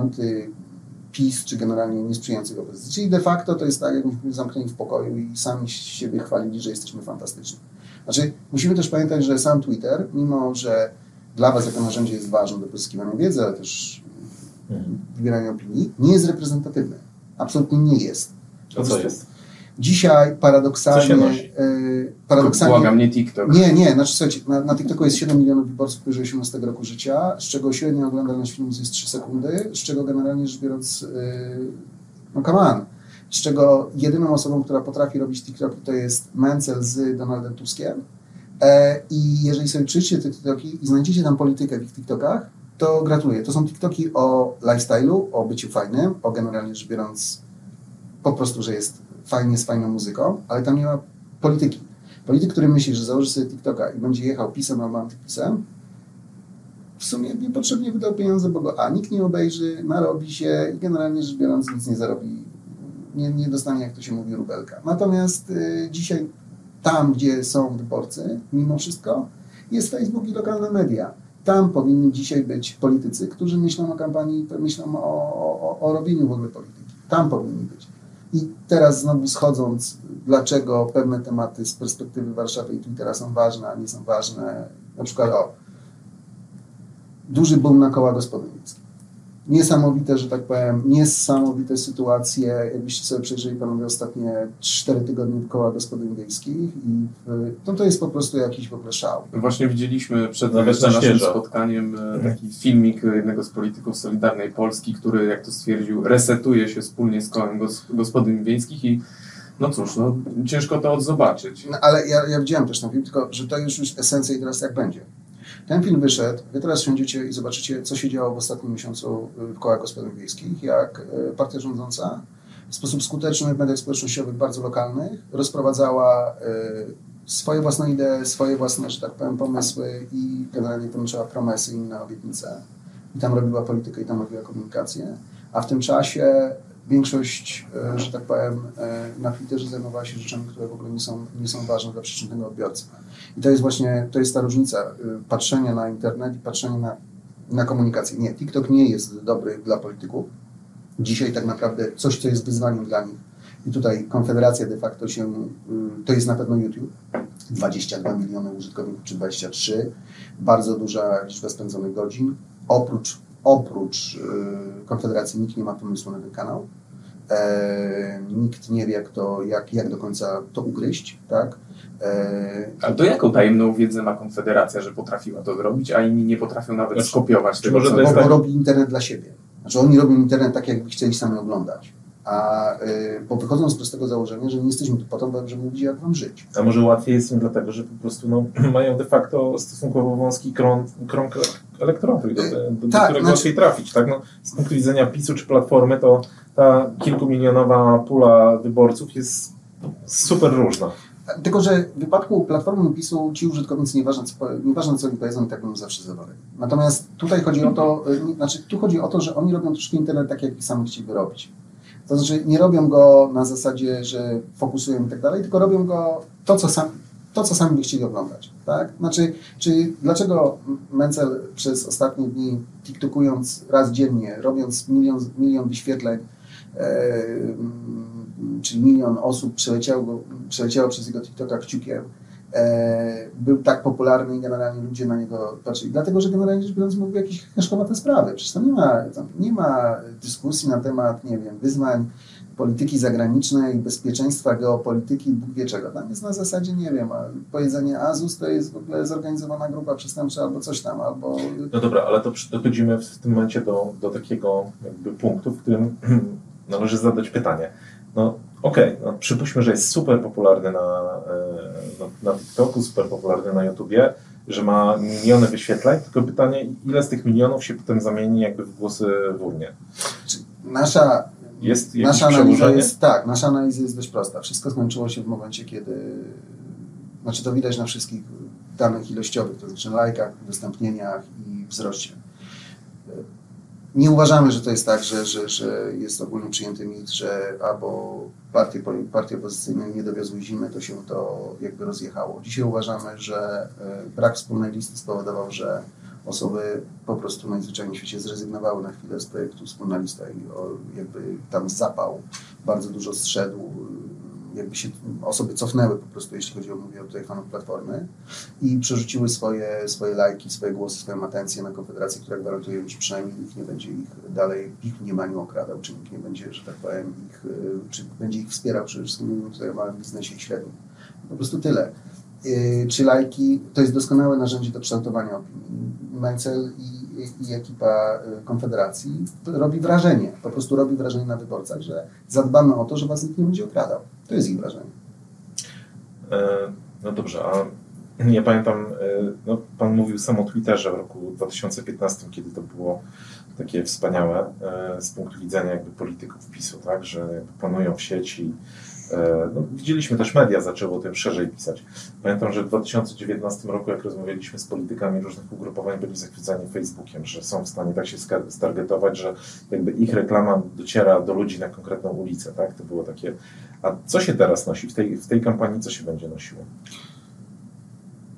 anty-PiS, czy generalnie niesprzyjających opozycji. Czyli de facto to jest tak, jakbyśmy byli zamknięci w pokoju i sami siebie chwalili, że jesteśmy fantastyczni. Znaczy, musimy też pamiętać, że sam Twitter, mimo że dla was jako narzędzie jest ważne do pozyskiwania wiedzy, ale też wybierania opinii, nie jest reprezentatywny. Absolutnie nie jest. A co jest? Dzisiaj paradoksalnie... Co się nosi? Yy, paradoksalnie Błagam, nie TikTok. Nie, nie, znaczy słuchajcie, na, na TikToku jest siedem milionów wyborców powyżej osiemnastego roku życia, z czego średnia oglądalność filmu jest trzy sekundy, z czego generalnie rzecz biorąc, yy, no come on, z czego jedyną osobą, która potrafi robić TikToki, to jest Mencel z Donaldem Tuskiem. E, I jeżeli sobie czyście te TikToki i znajdziecie tam politykę w ich TikTokach, to gratuluję. To są TikToki o lifestyle'u, o byciu fajnym, o generalnie rzecz biorąc po prostu, że jest fajnie z fajną muzyką, ale tam nie ma polityki. Polityk, który myśli, że założy sobie TikToka i będzie jechał pisem albo antypisem, w sumie niepotrzebnie wydał pieniądze, bo go a nikt nie obejrzy, narobi się i generalnie rzecz biorąc nic nie zarobi, nie, nie dostanie, jak to się mówi, rubelka. Natomiast y, dzisiaj tam, gdzie są wyborcy, mimo wszystko, jest Facebook i lokalne media. tam powinni dzisiaj być politycy, którzy myślą o kampanii, myślą o, o, o robieniu w ogóle polityki. Tam powinni być. I teraz znowu schodząc, dlaczego pewne tematy z perspektywy Warszawy i Twittera są ważne, a nie są ważne. Na przykład o, duży boom na koła gospodyń wiejskich. Niesamowite, że tak powiem, niesamowite sytuacje. Jakbyście sobie przejrzeli panowie ostatnie cztery tygodnie koła gospodyń wiejskich i no to jest po prostu jakiś w ogóle szał. Właśnie widzieliśmy przed Nawet naszym świeżo. spotkaniem taki filmik jednego z polityków Solidarnej Polski, który, jak to stwierdził, resetuje się wspólnie z kołem gos- gospodyń wiejskich i no cóż, no ciężko to odzobaczyć. No, ale ja, ja widziałem też ten film, tylko że to już już esencja i teraz jak będzie. Ten film wyszedł, wy teraz siądziecie i zobaczycie, co się działo w ostatnim miesiącu w kołach gospodyń wiejskich, jak partia rządząca w sposób skuteczny w mediach społecznościowych bardzo lokalnych rozprowadzała swoje własne idee, swoje własne, że tak powiem, pomysły i generalnie kończyła promesy i inne obietnice. I tam robiła politykę i tam robiła komunikację, a w tym czasie większość, że tak powiem, na Twitterze zajmowała się rzeczami, które w ogóle nie są, nie są ważne dla przeciętnego odbiorcy. I to jest właśnie, to jest ta różnica patrzenia na internet i patrzenia na, na komunikację. Nie, TikTok nie jest dobry dla polityków. Dzisiaj tak naprawdę coś, co jest wyzwaniem dla nich. I tutaj Konfederacja de facto się, to jest na pewno YouTube. dwadzieścia dwa miliony użytkowników, czy dwadzieścia trzy. Bardzo duża liczba spędzonych godzin. Oprócz Oprócz y, Konfederacji nikt nie ma pomysłu na ten kanał. E, nikt nie wie, jak, to, jak, jak do końca to ugryźć. Tak? E, Ale to jaką tajemną wiedzę ma Konfederacja, że potrafiła to zrobić, a inni nie potrafią nawet Znaczy, skopiować tego, może co to jest bo, tak- bo robi internet dla siebie. Znaczy oni robią internet tak, jakby chcieli sami oglądać. A y, bo wychodzą z prostego założenia, że nie jesteśmy tu po to, żeby mówić, jak wam żyć. A może łatwiej jest im dlatego, że po prostu no, mają de facto stosunkowo wąski krąg, krąg elektoratu, do, do, do Tak, którego znaczy- łatwiej trafić. Tak? No, z punktu widzenia PiSu czy Platformy, to ta kilkumilionowa pula wyborców jest super różna. Tylko, że w wypadku Platformy i PiSu ci użytkownicy, nieważne co, nieważne co oni powiedzą, i tak będą zawsze zadowoleni. Natomiast tutaj chodzi o to, nie, znaczy tu chodzi o to, że oni robią troszkę internet tak, jak sami chcieliby robić. To znaczy nie robią go na zasadzie, że fokusują i tak dalej, tylko robią go to, co sami, to, co sami by chcieli oglądać. Tak? Znaczy, czy dlaczego Mencel przez ostatnie dni TikTokując raz dziennie, robiąc milion, milion wyświetleń, e, czyli milion osób przeleciało, przeleciało przez jego TikToka kciukiem, e, był tak popularny i generalnie ludzie na niego patrzyli. Dlatego, że generalnie rzecz biorąc mówił jakieś haszkowate sprawy. Przecież tam nie ma, tam nie ma dyskusji na temat, nie wiem, wyzwań polityki zagranicznej, bezpieczeństwa, geopolityki, Bóg wie czego. Tam jest na zasadzie, nie wiem, powiedzenie Azus to jest w ogóle zorganizowana grupa przestępcza albo coś tam, albo... No dobra, ale to dochodzimy w tym momencie do, do takiego jakby punktu, w którym należy zadać pytanie. No okej, okay, no, przypuśćmy, że jest super popularny na, na, na TikToku, super popularny na YouTubie, że ma miliony wyświetleń, tylko pytanie, ile z tych milionów się potem zamieni jakby w głosy w urnie? Nasza, jest nasza analiza jest, tak, nasza analiza jest dość prosta. Wszystko skończyło się w momencie, kiedy, znaczy to widać na wszystkich danych ilościowych, to znaczy lajkach, udostępnieniach i wzroście. Nie uważamy, że to jest tak, że, że, że jest ogólnie przyjęty mit, że albo partie, partie opozycyjne nie dowiozły zimy, to się to jakby rozjechało. Dzisiaj uważamy, że brak wspólnej listy spowodował, że osoby po prostu najzwyczajniej w świecie zrezygnowały na chwilę z projektu Wspólna Lista i jakby tam zapał bardzo dużo zszedł, jakby się osoby cofnęły po prostu, jeśli chodzi o, mówię tutaj fanów Platformy i przerzuciły swoje, swoje lajki, swoje głosy, swoją atencję na Konfederację, która gwarantuje im, że przynajmniej nikt nie będzie ich dalej w ich mniemaniu okradał, czy nikt nie będzie, że tak powiem, ich, czy będzie ich wspierał, przede wszystkim mówimy tutaj o małym biznesie i średnim. Po prostu tyle. Czy lajki to jest doskonałe narzędzie do kształtowania opinii. Mencel i, i, i ekipa Konfederacji robi wrażenie, po prostu robi wrażenie na wyborcach, że zadbamy o to, że was nikt nie będzie okradał. To jest ich wrażenie. E, no dobrze, a ja pamiętam, no, pan mówił sam o Twitterze w roku dwa tysiące piętnastym, kiedy to było takie wspaniałe e, z punktu widzenia jakby polityków PiSu, tak, że jakby panują w sieci. No, widzieliśmy też, media zaczęły o tym szerzej pisać. Pamiętam, że w dwa tysiące dziewiętnastym roku, jak rozmawialiśmy z politykami różnych ugrupowań, byli zachwyceni Facebookiem, że są w stanie tak się stargetować, że jakby ich reklama dociera do ludzi na konkretną ulicę. Tak? To było takie. A co się teraz nosi w tej, w tej kampanii, co się będzie nosiło?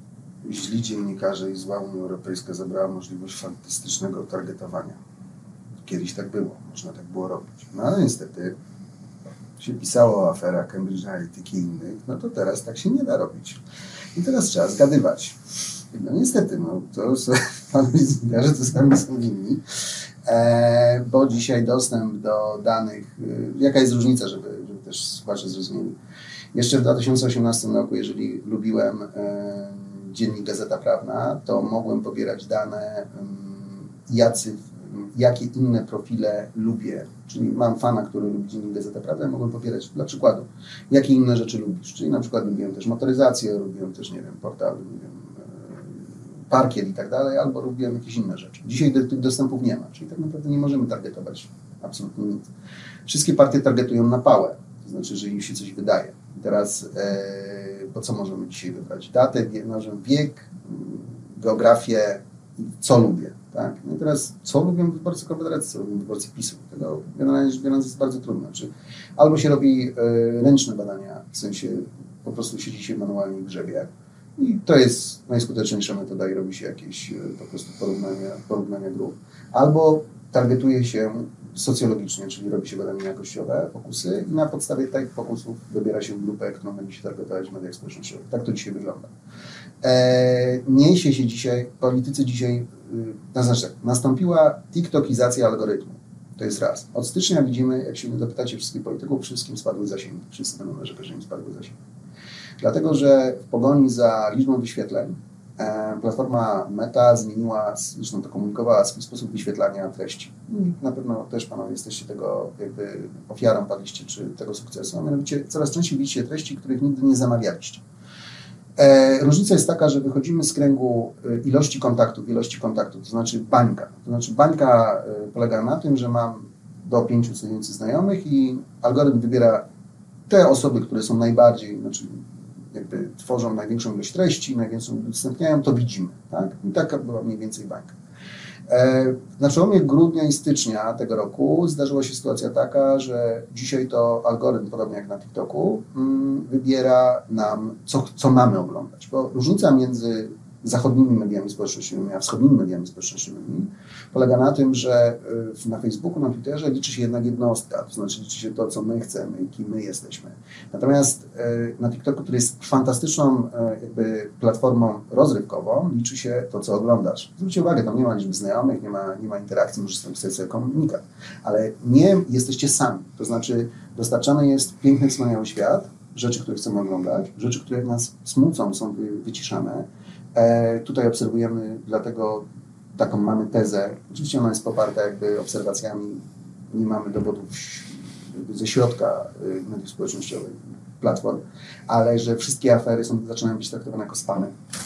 źli dziennikarze i zła Unia Europejska zabrała możliwość fantastycznego targetowania. Kiedyś tak było, można tak było robić. No ale niestety się pisało o aferach Cambridge Analytica i innych, no to teraz tak się nie da robić. I teraz trzeba zgadywać. No niestety, no to panowie dziennikarze to sami są winni, e, bo dzisiaj dostęp do danych, e, jaka jest różnica, żeby, żeby też słuchacze zrozumieli. Jeszcze w dwa tysiące osiemnastym roku, jeżeli lubiłem e, dziennik Gazeta Prawna, to mogłem pobierać dane, e, jacy, jakie inne profile lubię. Czyli mam fana, który lubi dziennik Gazeta Prawna i mogłem pobierać dla przykładu, jakie inne rzeczy lubisz. Czyli na przykład lubiłem też motoryzację, lubiłem też, nie wiem, portal, nie wiem, parkiet i tak dalej, albo lubiłem jakieś inne rzeczy. Dzisiaj tych dostępów nie ma, czyli tak naprawdę nie możemy targetować absolutnie nic. Wszystkie partie targetują na pałę, to znaczy, że im się coś wydaje. I teraz, e, po co możemy dzisiaj wybrać? Datę, wie, możemy wiek, geografię, co lubię. Tak? No i teraz, co lubią wyborcy Konfederacji, co lubią wyborcy PiSu? Tego generalnie rzecz biorąc jest bardzo trudno. Znaczy, albo się robi e, ręczne badania, w sensie po prostu siedzi się manualnie i grzebie, i to jest najskuteczniejsza metoda i robi się jakieś po prostu porównania, porównania grup. Albo targetuje się socjologicznie, czyli robi się badania jakościowe, fokusy i na podstawie tych fokusów wybiera się grupę, którą będzie się targetować w mediach społecznościowych. Tak to dzisiaj wygląda. E, niesie się dzisiaj, politycy dzisiaj, to znaczy tak, nastąpiła tiktokizacja algorytmu. To jest raz. Od stycznia widzimy, jak się zapytacie wszystkich polityków, wszystkim spadły zasięgi. Wszyscy będą narzekać, że im spadły zasięgi. Dlatego, że w pogoni za liczbą wyświetleń e, platforma Meta zmieniła, zresztą to komunikowała, swój sposób wyświetlania treści. I na pewno też panowie jesteście tego jakby ofiarą, padliście czy tego sukcesu, a mianowicie coraz częściej widzicie treści, których nigdy nie zamawialiście. E, różnica jest taka, że wychodzimy z kręgu ilości kontaktów, ilości kontaktów, to znaczy bańka. To znaczy bańka polega na tym, że mam do pięciu tysięcy znajomych i algorytm wybiera te osoby, które są najbardziej, znaczy jakby tworzą największą ilość treści, największą udostępniają, to widzimy. Tak? I taka była mniej więcej bańka. E, na przełomie grudnia i stycznia tego roku zdarzyła się sytuacja taka, że dzisiaj to algorytm, podobnie jak na TikToku, mm, wybiera nam, co, co mamy oglądać. Bo różnica między zachodnimi mediami społecznościowymi, a wschodnimi mediami społecznościowymi polega na tym, że na Facebooku, na Twitterze liczy się jednak jednostka, to znaczy liczy się to, co my chcemy i kim my jesteśmy. Natomiast na TikToku, który jest fantastyczną jakby platformą rozrywkową, liczy się to, co oglądasz. Zwróćcie uwagę, tam nie ma liczby znajomych, nie ma, nie ma interakcji, możesz napisać sobie komunikat, ale nie jesteście sami. To znaczy dostarczany jest piękny, wspaniały świat, rzeczy, które chcemy oglądać, rzeczy, które nas smucą, są wyciszane. E, tutaj obserwujemy, dlatego taką mamy tezę, oczywiście ona jest poparta jakby obserwacjami, nie mamy dowodów ze środka mediów społecznościowych, platform, ale że wszystkie afery są, zaczynają być traktowane jako spamy,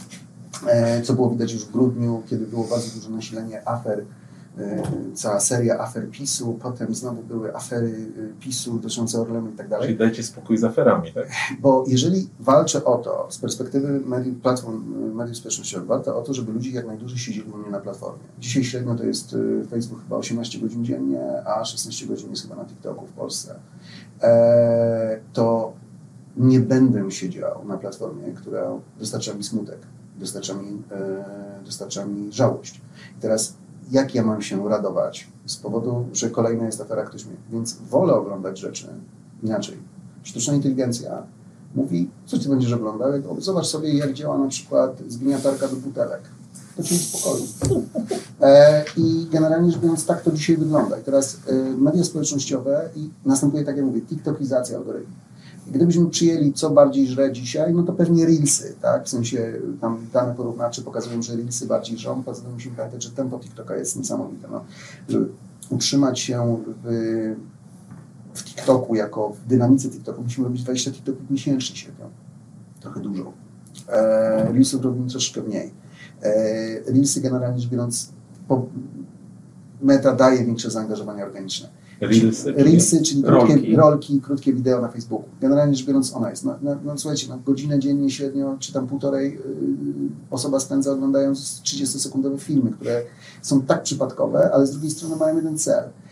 e, co było widać już w grudniu, kiedy było bardzo duże nasilenie afer, e, cała seria afer PiSu, potem znowu były afery PiSu dotyczące Orlenu i tak dalej. Czyli dajcie spokój z aferami, tak? Bo jeżeli walczę o to, z perspektywy mediów, platform mediów społecznościowych, walczę o to, żeby ludzie jak najdłużej siedzieli u mnie na platformie. Dzisiaj średnio to jest Facebook chyba osiemnaście godzin dziennie, a szesnaście godzin jest chyba na TikToku w Polsce. Eee, to nie będę siedział na platformie, która dostarcza mi smutek, dostarcza mi, e, dostarcza mi żałość. I teraz jak ja mam się radować z powodu, że kolejna jest afera ktoś mnie. Więc wolę oglądać rzeczy inaczej. Sztuczna inteligencja mówi, co ty będziesz oglądał? Zobacz sobie, jak działa na przykład zgniatarka do butelek. To cię uspokoju. E, I generalnie rzecz biorąc, tak to dzisiaj wygląda. I teraz e, media społecznościowe i następuje, tak jak mówię, tiktokizacja algorytmu. Gdybyśmy przyjęli, co bardziej żre dzisiaj, no to pewnie Reelsy, tak? W sensie tam dane porównawcze pokazują, że Reelsy bardziej żrą, poza tym musimy pamiętać, że tempo TikToka jest niesamowite. No. Żeby utrzymać się w, w TikToku, jako w dynamice TikToku, musimy robić dwadzieścia TikToków miesięcznie średnio. Trochę dużo. E, Reelsów robimy troszkę mniej. E, Reelsy generalnie rzecz biorąc, po, Meta daje większe zaangażowanie organiczne. Reelsy, Reelsy, czyli krótkie rolki. rolki, krótkie wideo na Facebooku. Generalnie rzecz biorąc ona jest. No, no, no słuchajcie, no, godzinę dziennie średnio, czy tam półtorej yy, osoba spędza oglądając trzydziestosekundowe filmy, które są tak przypadkowe, ale z drugiej strony mają jeden cel.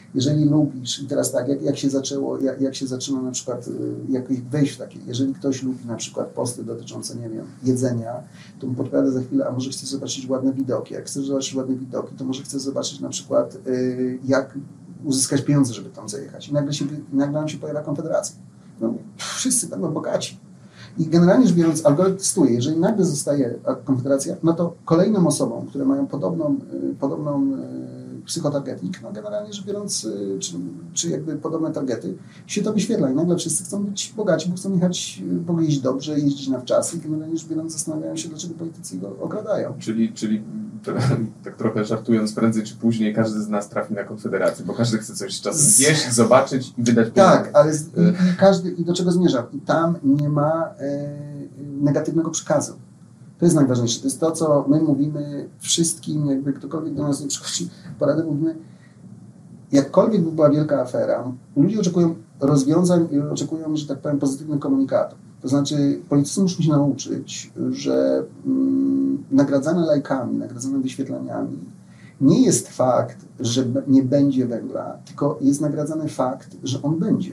jeżeli lubisz, i teraz tak, jak, jak się zaczęło, jak, jak się zaczyna na przykład jak wejść w takie, jeżeli ktoś lubi na przykład posty dotyczące, nie wiem, jedzenia, to mu podpowiada za chwilę, a może chce zobaczyć ładne widoki. Jak chcesz zobaczyć ładne widoki, to może chce zobaczyć na przykład yy, jak uzyskać pieniądze, żeby tam zajechać. I nagle, się, nagle nam się pojawia Konfederacja. No, wszyscy będą bogaci. I generalnie rzecz biorąc, algorytm testuje. Jeżeli nagle zostaje Konfederacja, no to kolejnym osobom, które mają podobną, podobną psychotargeting, no generalnie rzecz biorąc, czy, czy jakby podobne targety, się to wyświetla i nagle wszyscy chcą być bogaci, bo chcą jechać, w ogóle jeździć dobrze, jeździć na wczasy i generalnie rzecz biorąc zastanawiają się, dlaczego politycy go okradają. Czyli, czyli tak trochę żartując, prędzej czy później każdy z nas trafi na Konfederację, bo każdy chce coś czasem zjeść, zobaczyć i wydać pieniądze. Tak, ale z, i, i każdy, i do czego zmierzam? I tam nie ma e, negatywnego przekazu. To jest najważniejsze. To jest to, co my mówimy wszystkim, jakby ktokolwiek do nas nie przychodzi poradę, mówimy, jakkolwiek by była wielka afera, ludzie oczekują rozwiązań i oczekują, że tak powiem, pozytywnych komunikatów. To znaczy, politycy muszą się nauczyć, że mm, nagradzane lajkami, nagradzane wyświetlaniami nie jest fakt, że nie będzie węgla, tylko jest nagradzany fakt, że on będzie.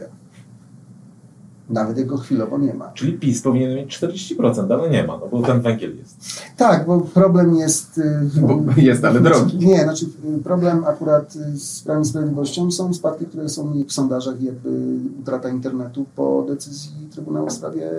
Nawet jak go chwilowo nie ma. Czyli PiS powinien mieć czterdzieści procent, ale nie ma, no bo ten węgiel jest. Tak, bo problem jest... Bo jest, ale drogi. Nie, znaczy problem akurat z Prawem i Sprawiedliwością są z partii, które są w sondażach, jakby utrata internetu po decyzji Trybunału w sprawie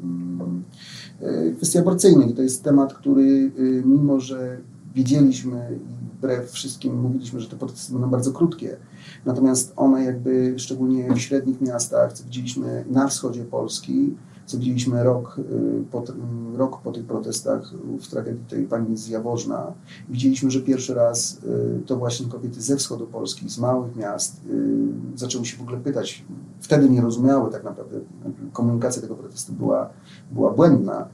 kwestii aborcyjnych. I to jest temat, który mimo, że wiedzieliśmy i wbrew wszystkim mówiliśmy, że te protesty będą bardzo krótkie, natomiast one jakby, szczególnie w średnich miastach, co widzieliśmy na wschodzie Polski, co widzieliśmy rok po, rok po tych protestach w tragedii tej pani z Jaworzna, widzieliśmy, że pierwszy raz to właśnie kobiety ze wschodu Polski, z małych miast zaczęły się w ogóle pytać, wtedy nie rozumiały tak naprawdę, komunikacja tego protestu była, była błędna,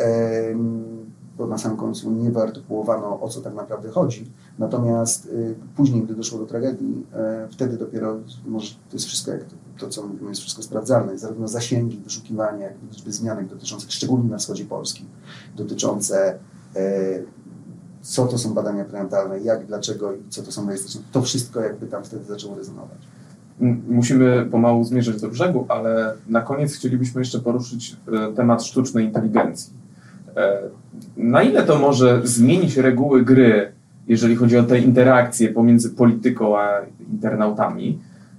bo na samym końcu nie wyartykułowano, o co tak naprawdę chodzi. Natomiast y, później, gdy doszło do tragedii, y, wtedy dopiero, może to jest wszystko, jak to, to co mówimy, jest wszystko sprawdzalne, zarówno zasięgi, wyszukiwania, jak i liczby zmianek dotyczących, szczególnie na wschodzie Polski, dotyczące y, co to są badania prenatalne, jak, dlaczego i co to są rejestry. To wszystko jakby tam wtedy zaczęło rezonować. Musimy pomału zmierzać do brzegu, ale na koniec chcielibyśmy jeszcze poruszyć temat sztucznej inteligencji. Na ile to może zmienić reguły gry, jeżeli chodzi o te interakcje pomiędzy polityką a internautami?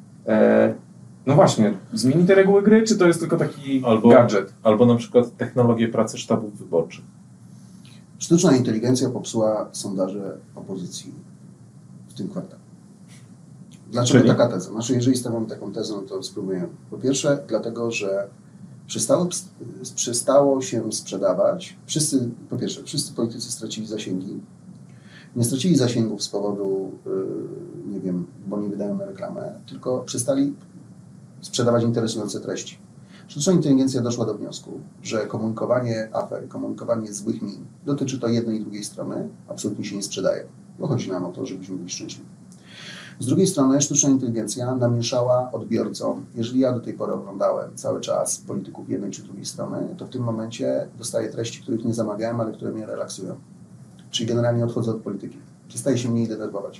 No właśnie, zmieni te reguły gry, czy to jest tylko taki albo, gadżet? Albo na przykład technologię pracy sztabów wyborczych. Sztuczna inteligencja popsuła sondaże opozycji w tym kwartale. Dlaczego Czyli? taka teza? Znaczy, jeżeli stawiamy taką tezę, no to spróbujemy. Po pierwsze, dlatego, że Przestało, przestało się sprzedawać. Wszyscy, po pierwsze, wszyscy politycy stracili zasięgi. Nie stracili zasięgów z powodu, yy, nie wiem, bo nie wydają na reklamę, tylko przestali sprzedawać interesujące treści. Sztuczna inteligencja doszła do wniosku, że komunikowanie afer, komunikowanie złych min, dotyczy to jednej i drugiej strony, absolutnie się nie sprzedaje, bo chodzi nam o to, żebyśmy byli szczęśliwi. Z drugiej strony sztuczna inteligencja namieszała odbiorcom. Jeżeli ja do tej pory oglądałem cały czas polityków jednej czy drugiej strony, to w tym momencie dostaję treści, których nie zamawiałem, ale które mnie relaksują. Czyli generalnie odchodzę od polityki. Przestaję się mniej denerwować.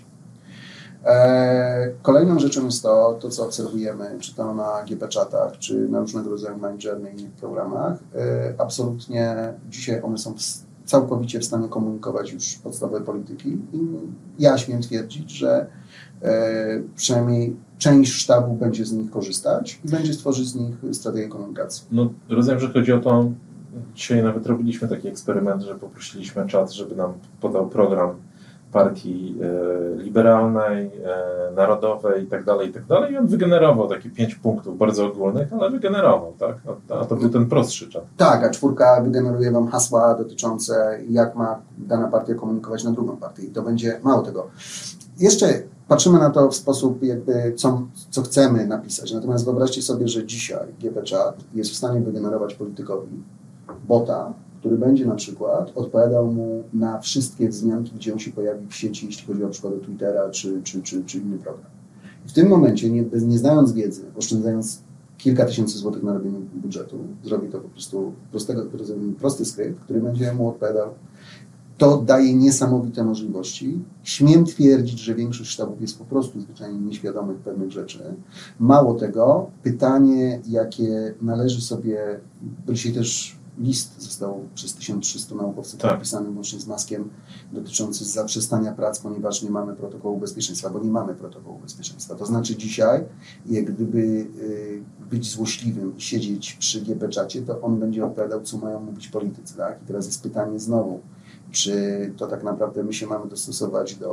Eee, kolejną rzeczą jest to, to co obserwujemy, czy to na G P czatach, czy na różnego rodzaju Mind Journey i innych programach. Eee, absolutnie dzisiaj one są w, całkowicie w stanie komunikować już podstawowe polityki. I ja śmiem twierdzić, że E, przynajmniej część sztabu będzie z nich korzystać i będzie tworzyć z nich strategię komunikacji. No, rozumiem, że chodzi o to, dzisiaj nawet robiliśmy taki eksperyment, że poprosiliśmy czat, żeby nam podał program partii e, liberalnej, e, narodowej i tak dalej, i tak dalej. I on wygenerował takie pięć punktów bardzo ogólnych, ale wygenerował, tak? A, a to był ten prostszy czat. Tak, a czwórka wygeneruje wam hasła dotyczące, jak ma dana partia komunikować na drugą partię. I to będzie mało tego. Jeszcze patrzymy na to w sposób jakby, co, co chcemy napisać. Natomiast wyobraźcie sobie, że dzisiaj G P Chat jest w stanie wygenerować politykowi bota, który będzie na przykład odpowiadał mu na wszystkie wzmianki, gdzie on się pojawi w sieci, jeśli chodzi o przykład o Twittera czy, czy, czy, czy inny program. I w tym momencie, nie, nie znając wiedzy, oszczędzając kilka tysięcy złotych na robienie budżetu, zrobi to po prostu prostego, prosty skrypt, który będzie mu odpowiadał To daje niesamowite możliwości. Śmiem twierdzić, że większość sztabów jest po prostu zwyczajnie nieświadomych pewnych rzeczy. Mało tego, pytanie, jakie należy sobie, bo dzisiaj też list został przez tysiąc trzysta naukowców tak. podpisany łącznie z Maskiem, dotyczący zaprzestania prac, ponieważ nie mamy protokołu bezpieczeństwa, bo nie mamy protokołu bezpieczeństwa. To znaczy dzisiaj, jak gdyby y, być złośliwym i siedzieć przy G P czacie, to on będzie odpowiadał, co mają mówić politycy. Tak? I teraz jest pytanie znowu, czy to tak naprawdę my się mamy dostosować do,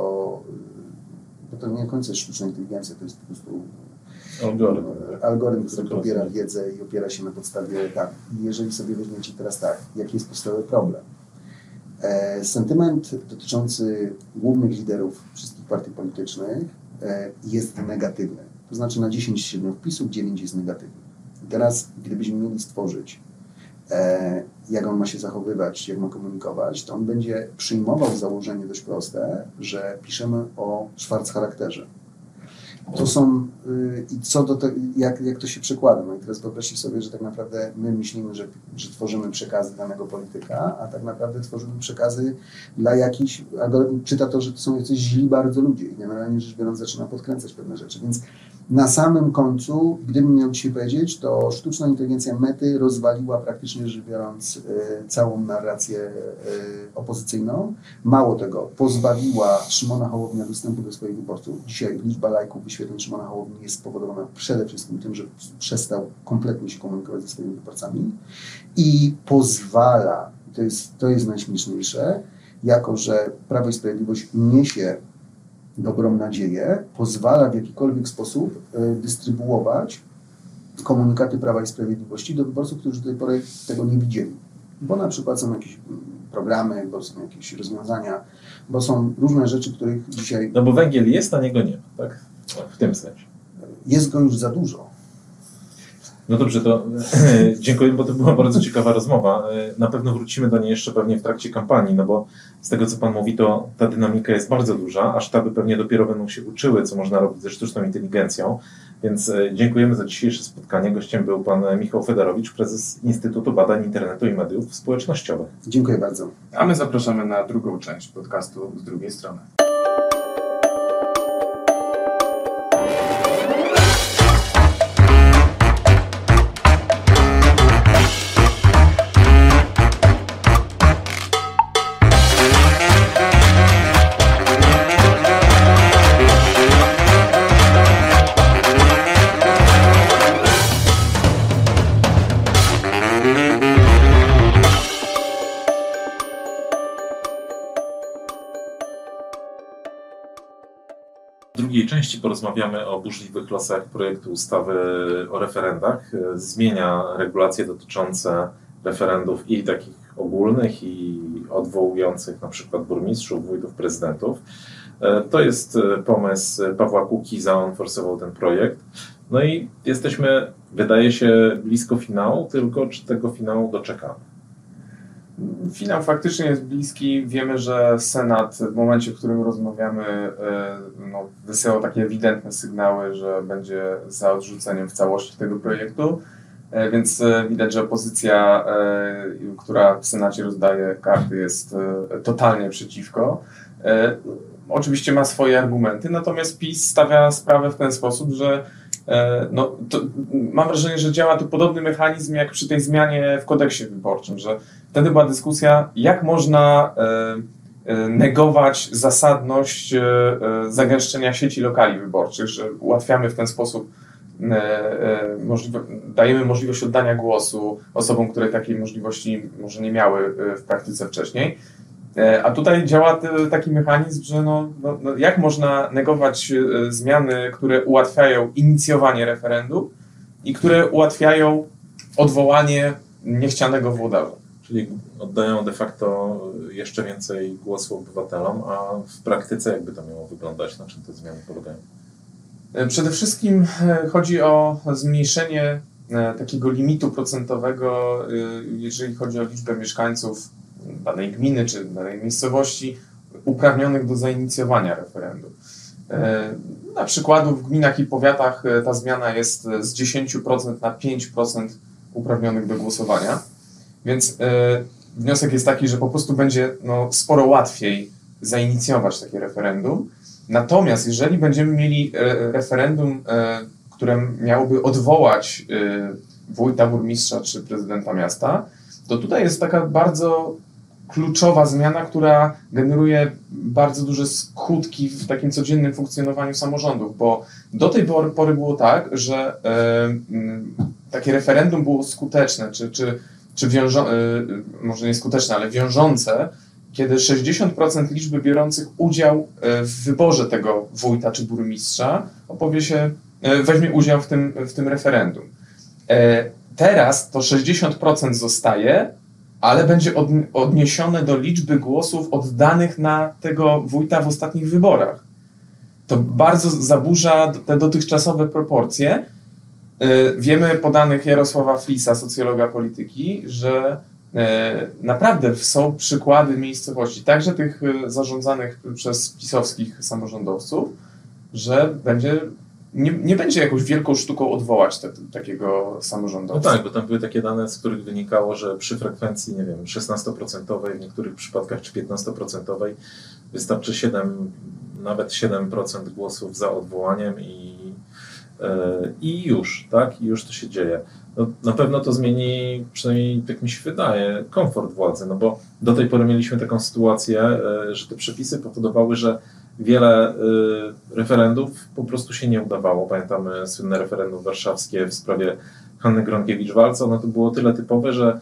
bo to nie do końca jest sztuczna inteligencja, to jest po prostu algorytm, algorytm, który pobiera wiedzę i opiera się na podstawie danych. Jeżeli sobie weźmiecie teraz tak, jaki jest podstawowy problem? E, sentyment dotyczący głównych liderów wszystkich partii politycznych e, jest negatywny. To znaczy na dziesięć siedmiu wpisów dziewięć jest negatywnych. I teraz, gdybyśmy mieli stworzyć E, jak on ma się zachowywać, jak ma komunikować, to on będzie przyjmował założenie dość proste, że piszemy o Schwarzcharakterze. To są, y, i co do tego, jak, jak to się przekłada. No i teraz wyobraźcie sobie, że tak naprawdę my myślimy, że, że tworzymy przekazy danego polityka, a tak naprawdę tworzymy przekazy dla jakichś, algorytm czyta to, że to są jacyś źli bardzo ludzie i generalnie rzecz biorąc zaczyna podkręcać pewne rzeczy. Więc na samym końcu, gdybym miał dzisiaj powiedzieć, to sztuczna inteligencja Mety rozwaliła praktycznie rzecz biorąc y, całą narrację y, opozycyjną. Mało tego, pozbawiła Szymona Hołownię dostępu do swoich wyborców. Dzisiaj liczba lajków, wyświetleń Szymona Hołowni jest spowodowana przede wszystkim tym, że przestał kompletnie się komunikować ze swoimi wyborcami i pozwala, to jest, to jest najśmieszniejsze, jako że Prawo i Sprawiedliwość niesie dobrą nadzieję, pozwala w jakikolwiek sposób y, dystrybuować komunikaty Prawa i Sprawiedliwości do wyborców, którzy do tej pory tego nie widzieli. Bo na przykład są jakieś programy, bo są jakieś rozwiązania, bo są różne rzeczy, których dzisiaj... No bo węgiel jest, a niego nie ma, tak? W tym sensie. Jest go już za dużo. No dobrze, to dziękuję, bo to była bardzo ciekawa rozmowa. Na pewno wrócimy do niej jeszcze pewnie w trakcie kampanii, no bo z tego, co Pan mówi, to ta dynamika jest bardzo duża, a sztaby pewnie dopiero będą się uczyły, co można robić ze sztuczną inteligencją. Więc dziękujemy za dzisiejsze spotkanie. Gościem był Pan Michał Federowicz, prezes Instytutu Badań Internetu i Mediów Społecznościowych. Dziękuję bardzo. A my zapraszamy na drugą część podcastu z drugiej strony. W drugiej części porozmawiamy o burzliwych losach projektu ustawy o referendach. Zmienia regulacje dotyczące referendów i takich ogólnych, i odwołujących na przykład burmistrzów, wójtów, prezydentów. To jest pomysł Pawła Kukiza, on forsował ten projekt. No i jesteśmy, wydaje się, blisko finału, tylko czy tego finału doczekamy? Finał faktycznie jest bliski. Wiemy, że Senat w momencie, w którym rozmawiamy, no, wysyłał takie ewidentne sygnały, że będzie za odrzuceniem w całości tego projektu, więc widać, że opozycja, która w Senacie rozdaje karty, jest totalnie przeciwko. Oczywiście ma swoje argumenty, natomiast PiS stawia sprawę w ten sposób, że no, to, mam wrażenie, że działa tu podobny mechanizm jak przy tej zmianie w kodeksie wyborczym, że wtedy była dyskusja, jak można e, e, negować zasadność e, zagęszczenia sieci lokali wyborczych, że ułatwiamy w ten sposób, e, e, możliwe, dajemy możliwość oddania głosu osobom, które takiej możliwości może nie miały w praktyce wcześniej. A tutaj działa taki mechanizm, że no, no, no jak można negować zmiany, które ułatwiają inicjowanie referendum i które ułatwiają odwołanie niechcianego włodarza. Czyli oddają de facto jeszcze więcej głosu obywatelom, a w praktyce jakby to miało wyglądać, na czym te zmiany polegają? Przede wszystkim chodzi o zmniejszenie takiego limitu procentowego, jeżeli chodzi o liczbę mieszkańców danej gminy czy danej miejscowości uprawnionych do zainicjowania referendum. Na przykładu w gminach i powiatach ta zmiana jest z dziesięć procent na pięć procent uprawnionych do głosowania. Więc wniosek jest taki, że po prostu będzie no, sporo łatwiej zainicjować takie referendum. Natomiast jeżeli będziemy mieli re- referendum, e, które miałoby odwołać e, wójta, burmistrza czy prezydenta miasta, to tutaj jest taka bardzo kluczowa zmiana, która generuje bardzo duże skutki w takim codziennym funkcjonowaniu samorządów, bo do tej pory, pory było tak, że e, m, takie referendum było skuteczne, czy, czy, czy wiążą, e, może nie skuteczne, ale wiążące, kiedy sześćdziesiąt procent liczby biorących udział w wyborze tego wójta czy burmistrza opowie się, weźmie udział w tym, w tym referendum. Teraz to sześćdziesiąt procent zostaje, ale będzie odniesione do liczby głosów oddanych na tego wójta w ostatnich wyborach. To bardzo zaburza te dotychczasowe proporcje. Wiemy po danych Jarosława Flisa, socjologa polityki, że naprawdę są przykłady miejscowości, także tych zarządzanych przez pisowskich samorządowców, że będzie, nie, nie będzie jakąś wielką sztuką odwołać te, takiego samorządowca. No tak, bo tam były takie dane, z których wynikało, że przy frekwencji, nie wiem, szesnastoprocentowej, w niektórych przypadkach czy piętnastoprocentowej wystarczy siedem, nawet siedem procent głosów za odwołaniem i, yy, i już, tak? I już to się dzieje. No, na pewno to zmieni, przynajmniej tak mi się wydaje, komfort władzy, no bo do tej pory mieliśmy taką sytuację, że te przepisy powodowały, że wiele referendów po prostu się nie udawało. Pamiętamy słynne referendum warszawskie w sprawie Hanny Gronkiewicz-Waltz. Ono to było tyle typowe, że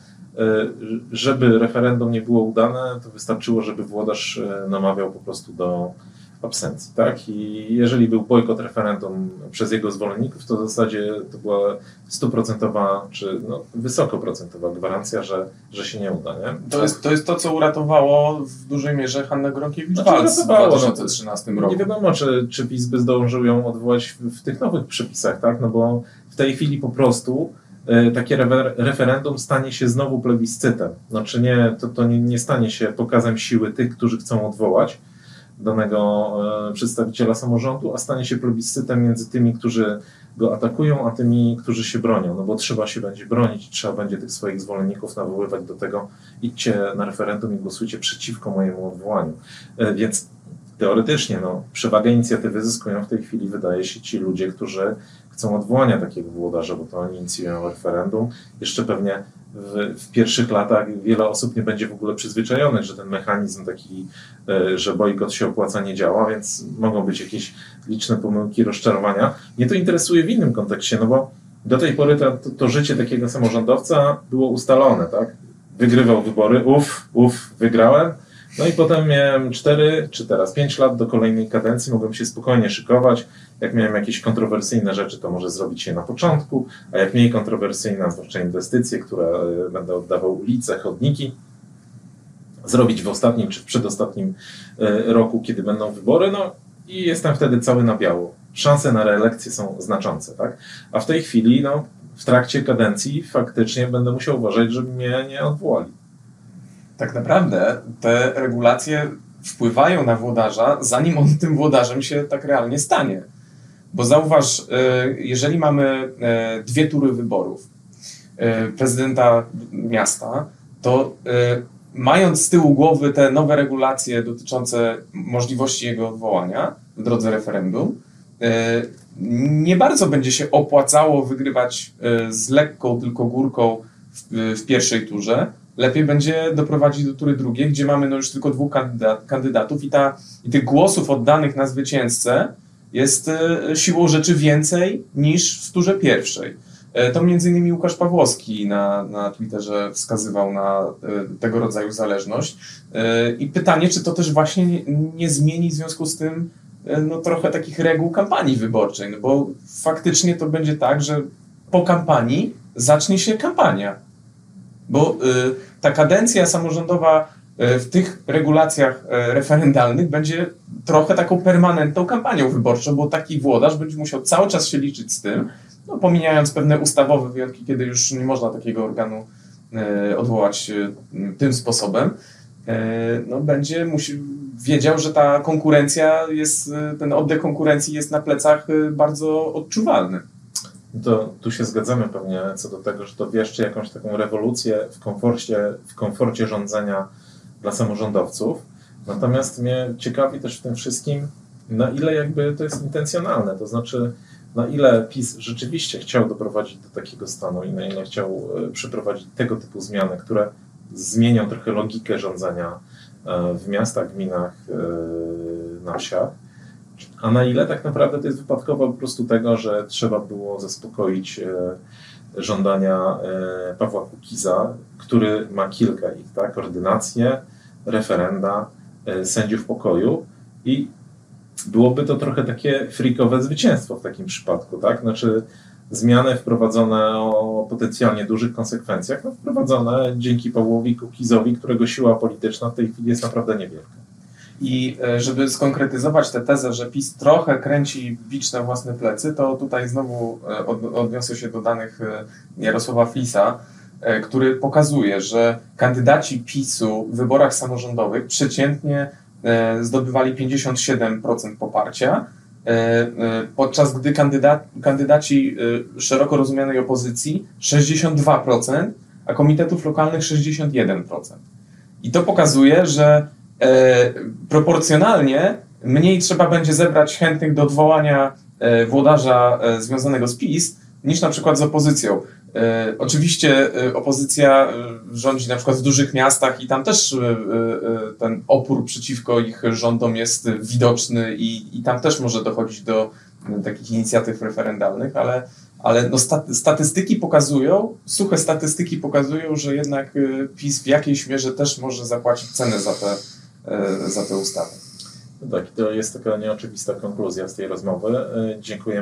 żeby referendum nie było udane, to wystarczyło, żeby włodarz namawiał po prostu do absencji, tak? I jeżeli był bojkot referendum przez jego zwolenników, to w zasadzie to była stuprocentowa, czy no, wysokoprocentowa gwarancja, że, że się nie uda, nie? To jest, to jest to, co uratowało w dużej mierze Hannę Gronkiewicz-Waltz w dwa tysiące trzynastym roku. Nie wiadomo, czy, czy PiS by zdążył ją odwołać w, w tych nowych przepisach, tak? No bo w tej chwili po prostu y, takie refer, referendum stanie się znowu plebiscytem. Znaczy nie, to, to nie, nie stanie się pokazem siły tych, którzy chcą odwołać danego e, przedstawiciela samorządu, a stanie się plebiscytem między tymi, którzy go atakują, a tymi, którzy się bronią, no bo trzeba się będzie bronić, trzeba będzie tych swoich zwolenników nawoływać do tego, idźcie na referendum i głosujcie przeciwko mojemu odwołaniu. E, więc teoretycznie no, przewagę inicjatywy zyskują w tej chwili, wydaje się, ci ludzie, którzy chcą odwołania takiego włodarza, bo to oni inicjują referendum. Jeszcze pewnie w, w pierwszych latach wiele osób nie będzie w ogóle przyzwyczajonych, że ten mechanizm taki, że bojkot się opłaca, nie działa, więc mogą być jakieś liczne pomyłki, rozczarowania. Mnie to interesuje w innym kontekście, no bo do tej pory to, to, to życie takiego samorządowca było ustalone, tak? Wygrywał wybory, uff, uff, wygrałem. No i potem miałem cztery, czy teraz pięć lat do kolejnej kadencji, mogłem się spokojnie szykować. Jak miałem jakieś kontrowersyjne rzeczy, to może zrobić je na początku, a jak mniej kontrowersyjne, zwłaszcza inwestycje, które będę oddawał ulice, chodniki, zrobić w ostatnim czy w przedostatnim roku, kiedy będą wybory, no i jestem wtedy cały na biało. Szanse na reelekcję są znaczące, tak? A w tej chwili, no, w trakcie kadencji faktycznie będę musiał uważać, żeby mnie nie odwołali. Tak naprawdę te regulacje wpływają na włodarza, zanim on tym włodarzem się tak realnie stanie. Bo zauważ, jeżeli mamy dwie tury wyborów prezydenta miasta, to mając z tyłu głowy te nowe regulacje dotyczące możliwości jego odwołania w drodze referendum, nie bardzo będzie się opłacało wygrywać z lekką tylko górką w, w pierwszej turze. Lepiej będzie doprowadzić do tury drugiej, gdzie mamy no już tylko dwóch kandydat, kandydatów i, ta, i tych głosów oddanych na zwycięzcę jest e, siłą rzeczy więcej niż w turze pierwszej. E, to między innymi Łukasz Pawłowski na, na Twitterze wskazywał na e, tego rodzaju zależność. E, I pytanie, czy to też właśnie nie, nie zmieni w związku z tym e, no, trochę takich reguł kampanii wyborczej, no bo faktycznie to będzie tak, że po kampanii zacznie się kampania. Bo y, ta kadencja samorządowa y, w tych regulacjach y, referendalnych będzie trochę taką permanentną kampanią wyborczą, bo taki włodarz będzie musiał cały czas się liczyć z tym, no, pomijając pewne ustawowe wyjątki, kiedy już nie można takiego organu y, odwołać y, tym sposobem, y, no, będzie musi, wiedział, że ta konkurencja jest, y, ten oddech konkurencji jest na plecach y, bardzo odczuwalny. To tu się zgadzamy pewnie co do tego, że to wieszczy jakąś taką rewolucję w komforcie, w komforcie rządzenia dla samorządowców. Natomiast mnie ciekawi też w tym wszystkim, na ile jakby to jest intencjonalne, to znaczy na ile PiS rzeczywiście chciał doprowadzić do takiego stanu i na ile chciał przeprowadzić tego typu zmiany, które zmienią trochę logikę rządzenia w miastach, gminach, na wsiach, a na ile tak naprawdę to jest wypadkowo po prostu tego, że trzeba było zaspokoić żądania Pawła Kukiza, który ma kilka ich, tak? Ordynacje, referenda, sędziów pokoju i byłoby to trochę takie frikowe zwycięstwo w takim przypadku, tak? Znaczy zmiany wprowadzone o potencjalnie dużych konsekwencjach, no wprowadzone dzięki Pawłowi Kukizowi, którego siła polityczna w tej chwili jest naprawdę niewielka. I żeby skonkretyzować tę tezę, że PiS trochę kręci bicz na własne plecy, to tutaj znowu odniosę się do danych Jarosława Flisa, który pokazuje, że kandydaci PiSu w wyborach samorządowych przeciętnie zdobywali pięćdziesiąt siedem procent poparcia, podczas gdy kandydat, kandydaci szeroko rozumianej opozycji sześćdziesiąt dwa procent, a komitetów lokalnych sześćdziesiąt jeden procent. I to pokazuje, że e, proporcjonalnie mniej trzeba będzie zebrać chętnych do odwołania e, włodarza e, związanego z PiS, niż na przykład z opozycją. E, oczywiście e, opozycja e, rządzi na przykład w dużych miastach i tam też e, e, ten opór przeciwko ich rządom jest widoczny i, i tam też może dochodzić do e, takich inicjatyw referendalnych, ale, ale no stat, statystyki pokazują, suche statystyki pokazują, że jednak e, PiS w jakiejś mierze też może zapłacić cenę za tę e, za tę ustawę. No tak, to jest taka nieoczywista konkluzja z tej rozmowy. E, dziękuję.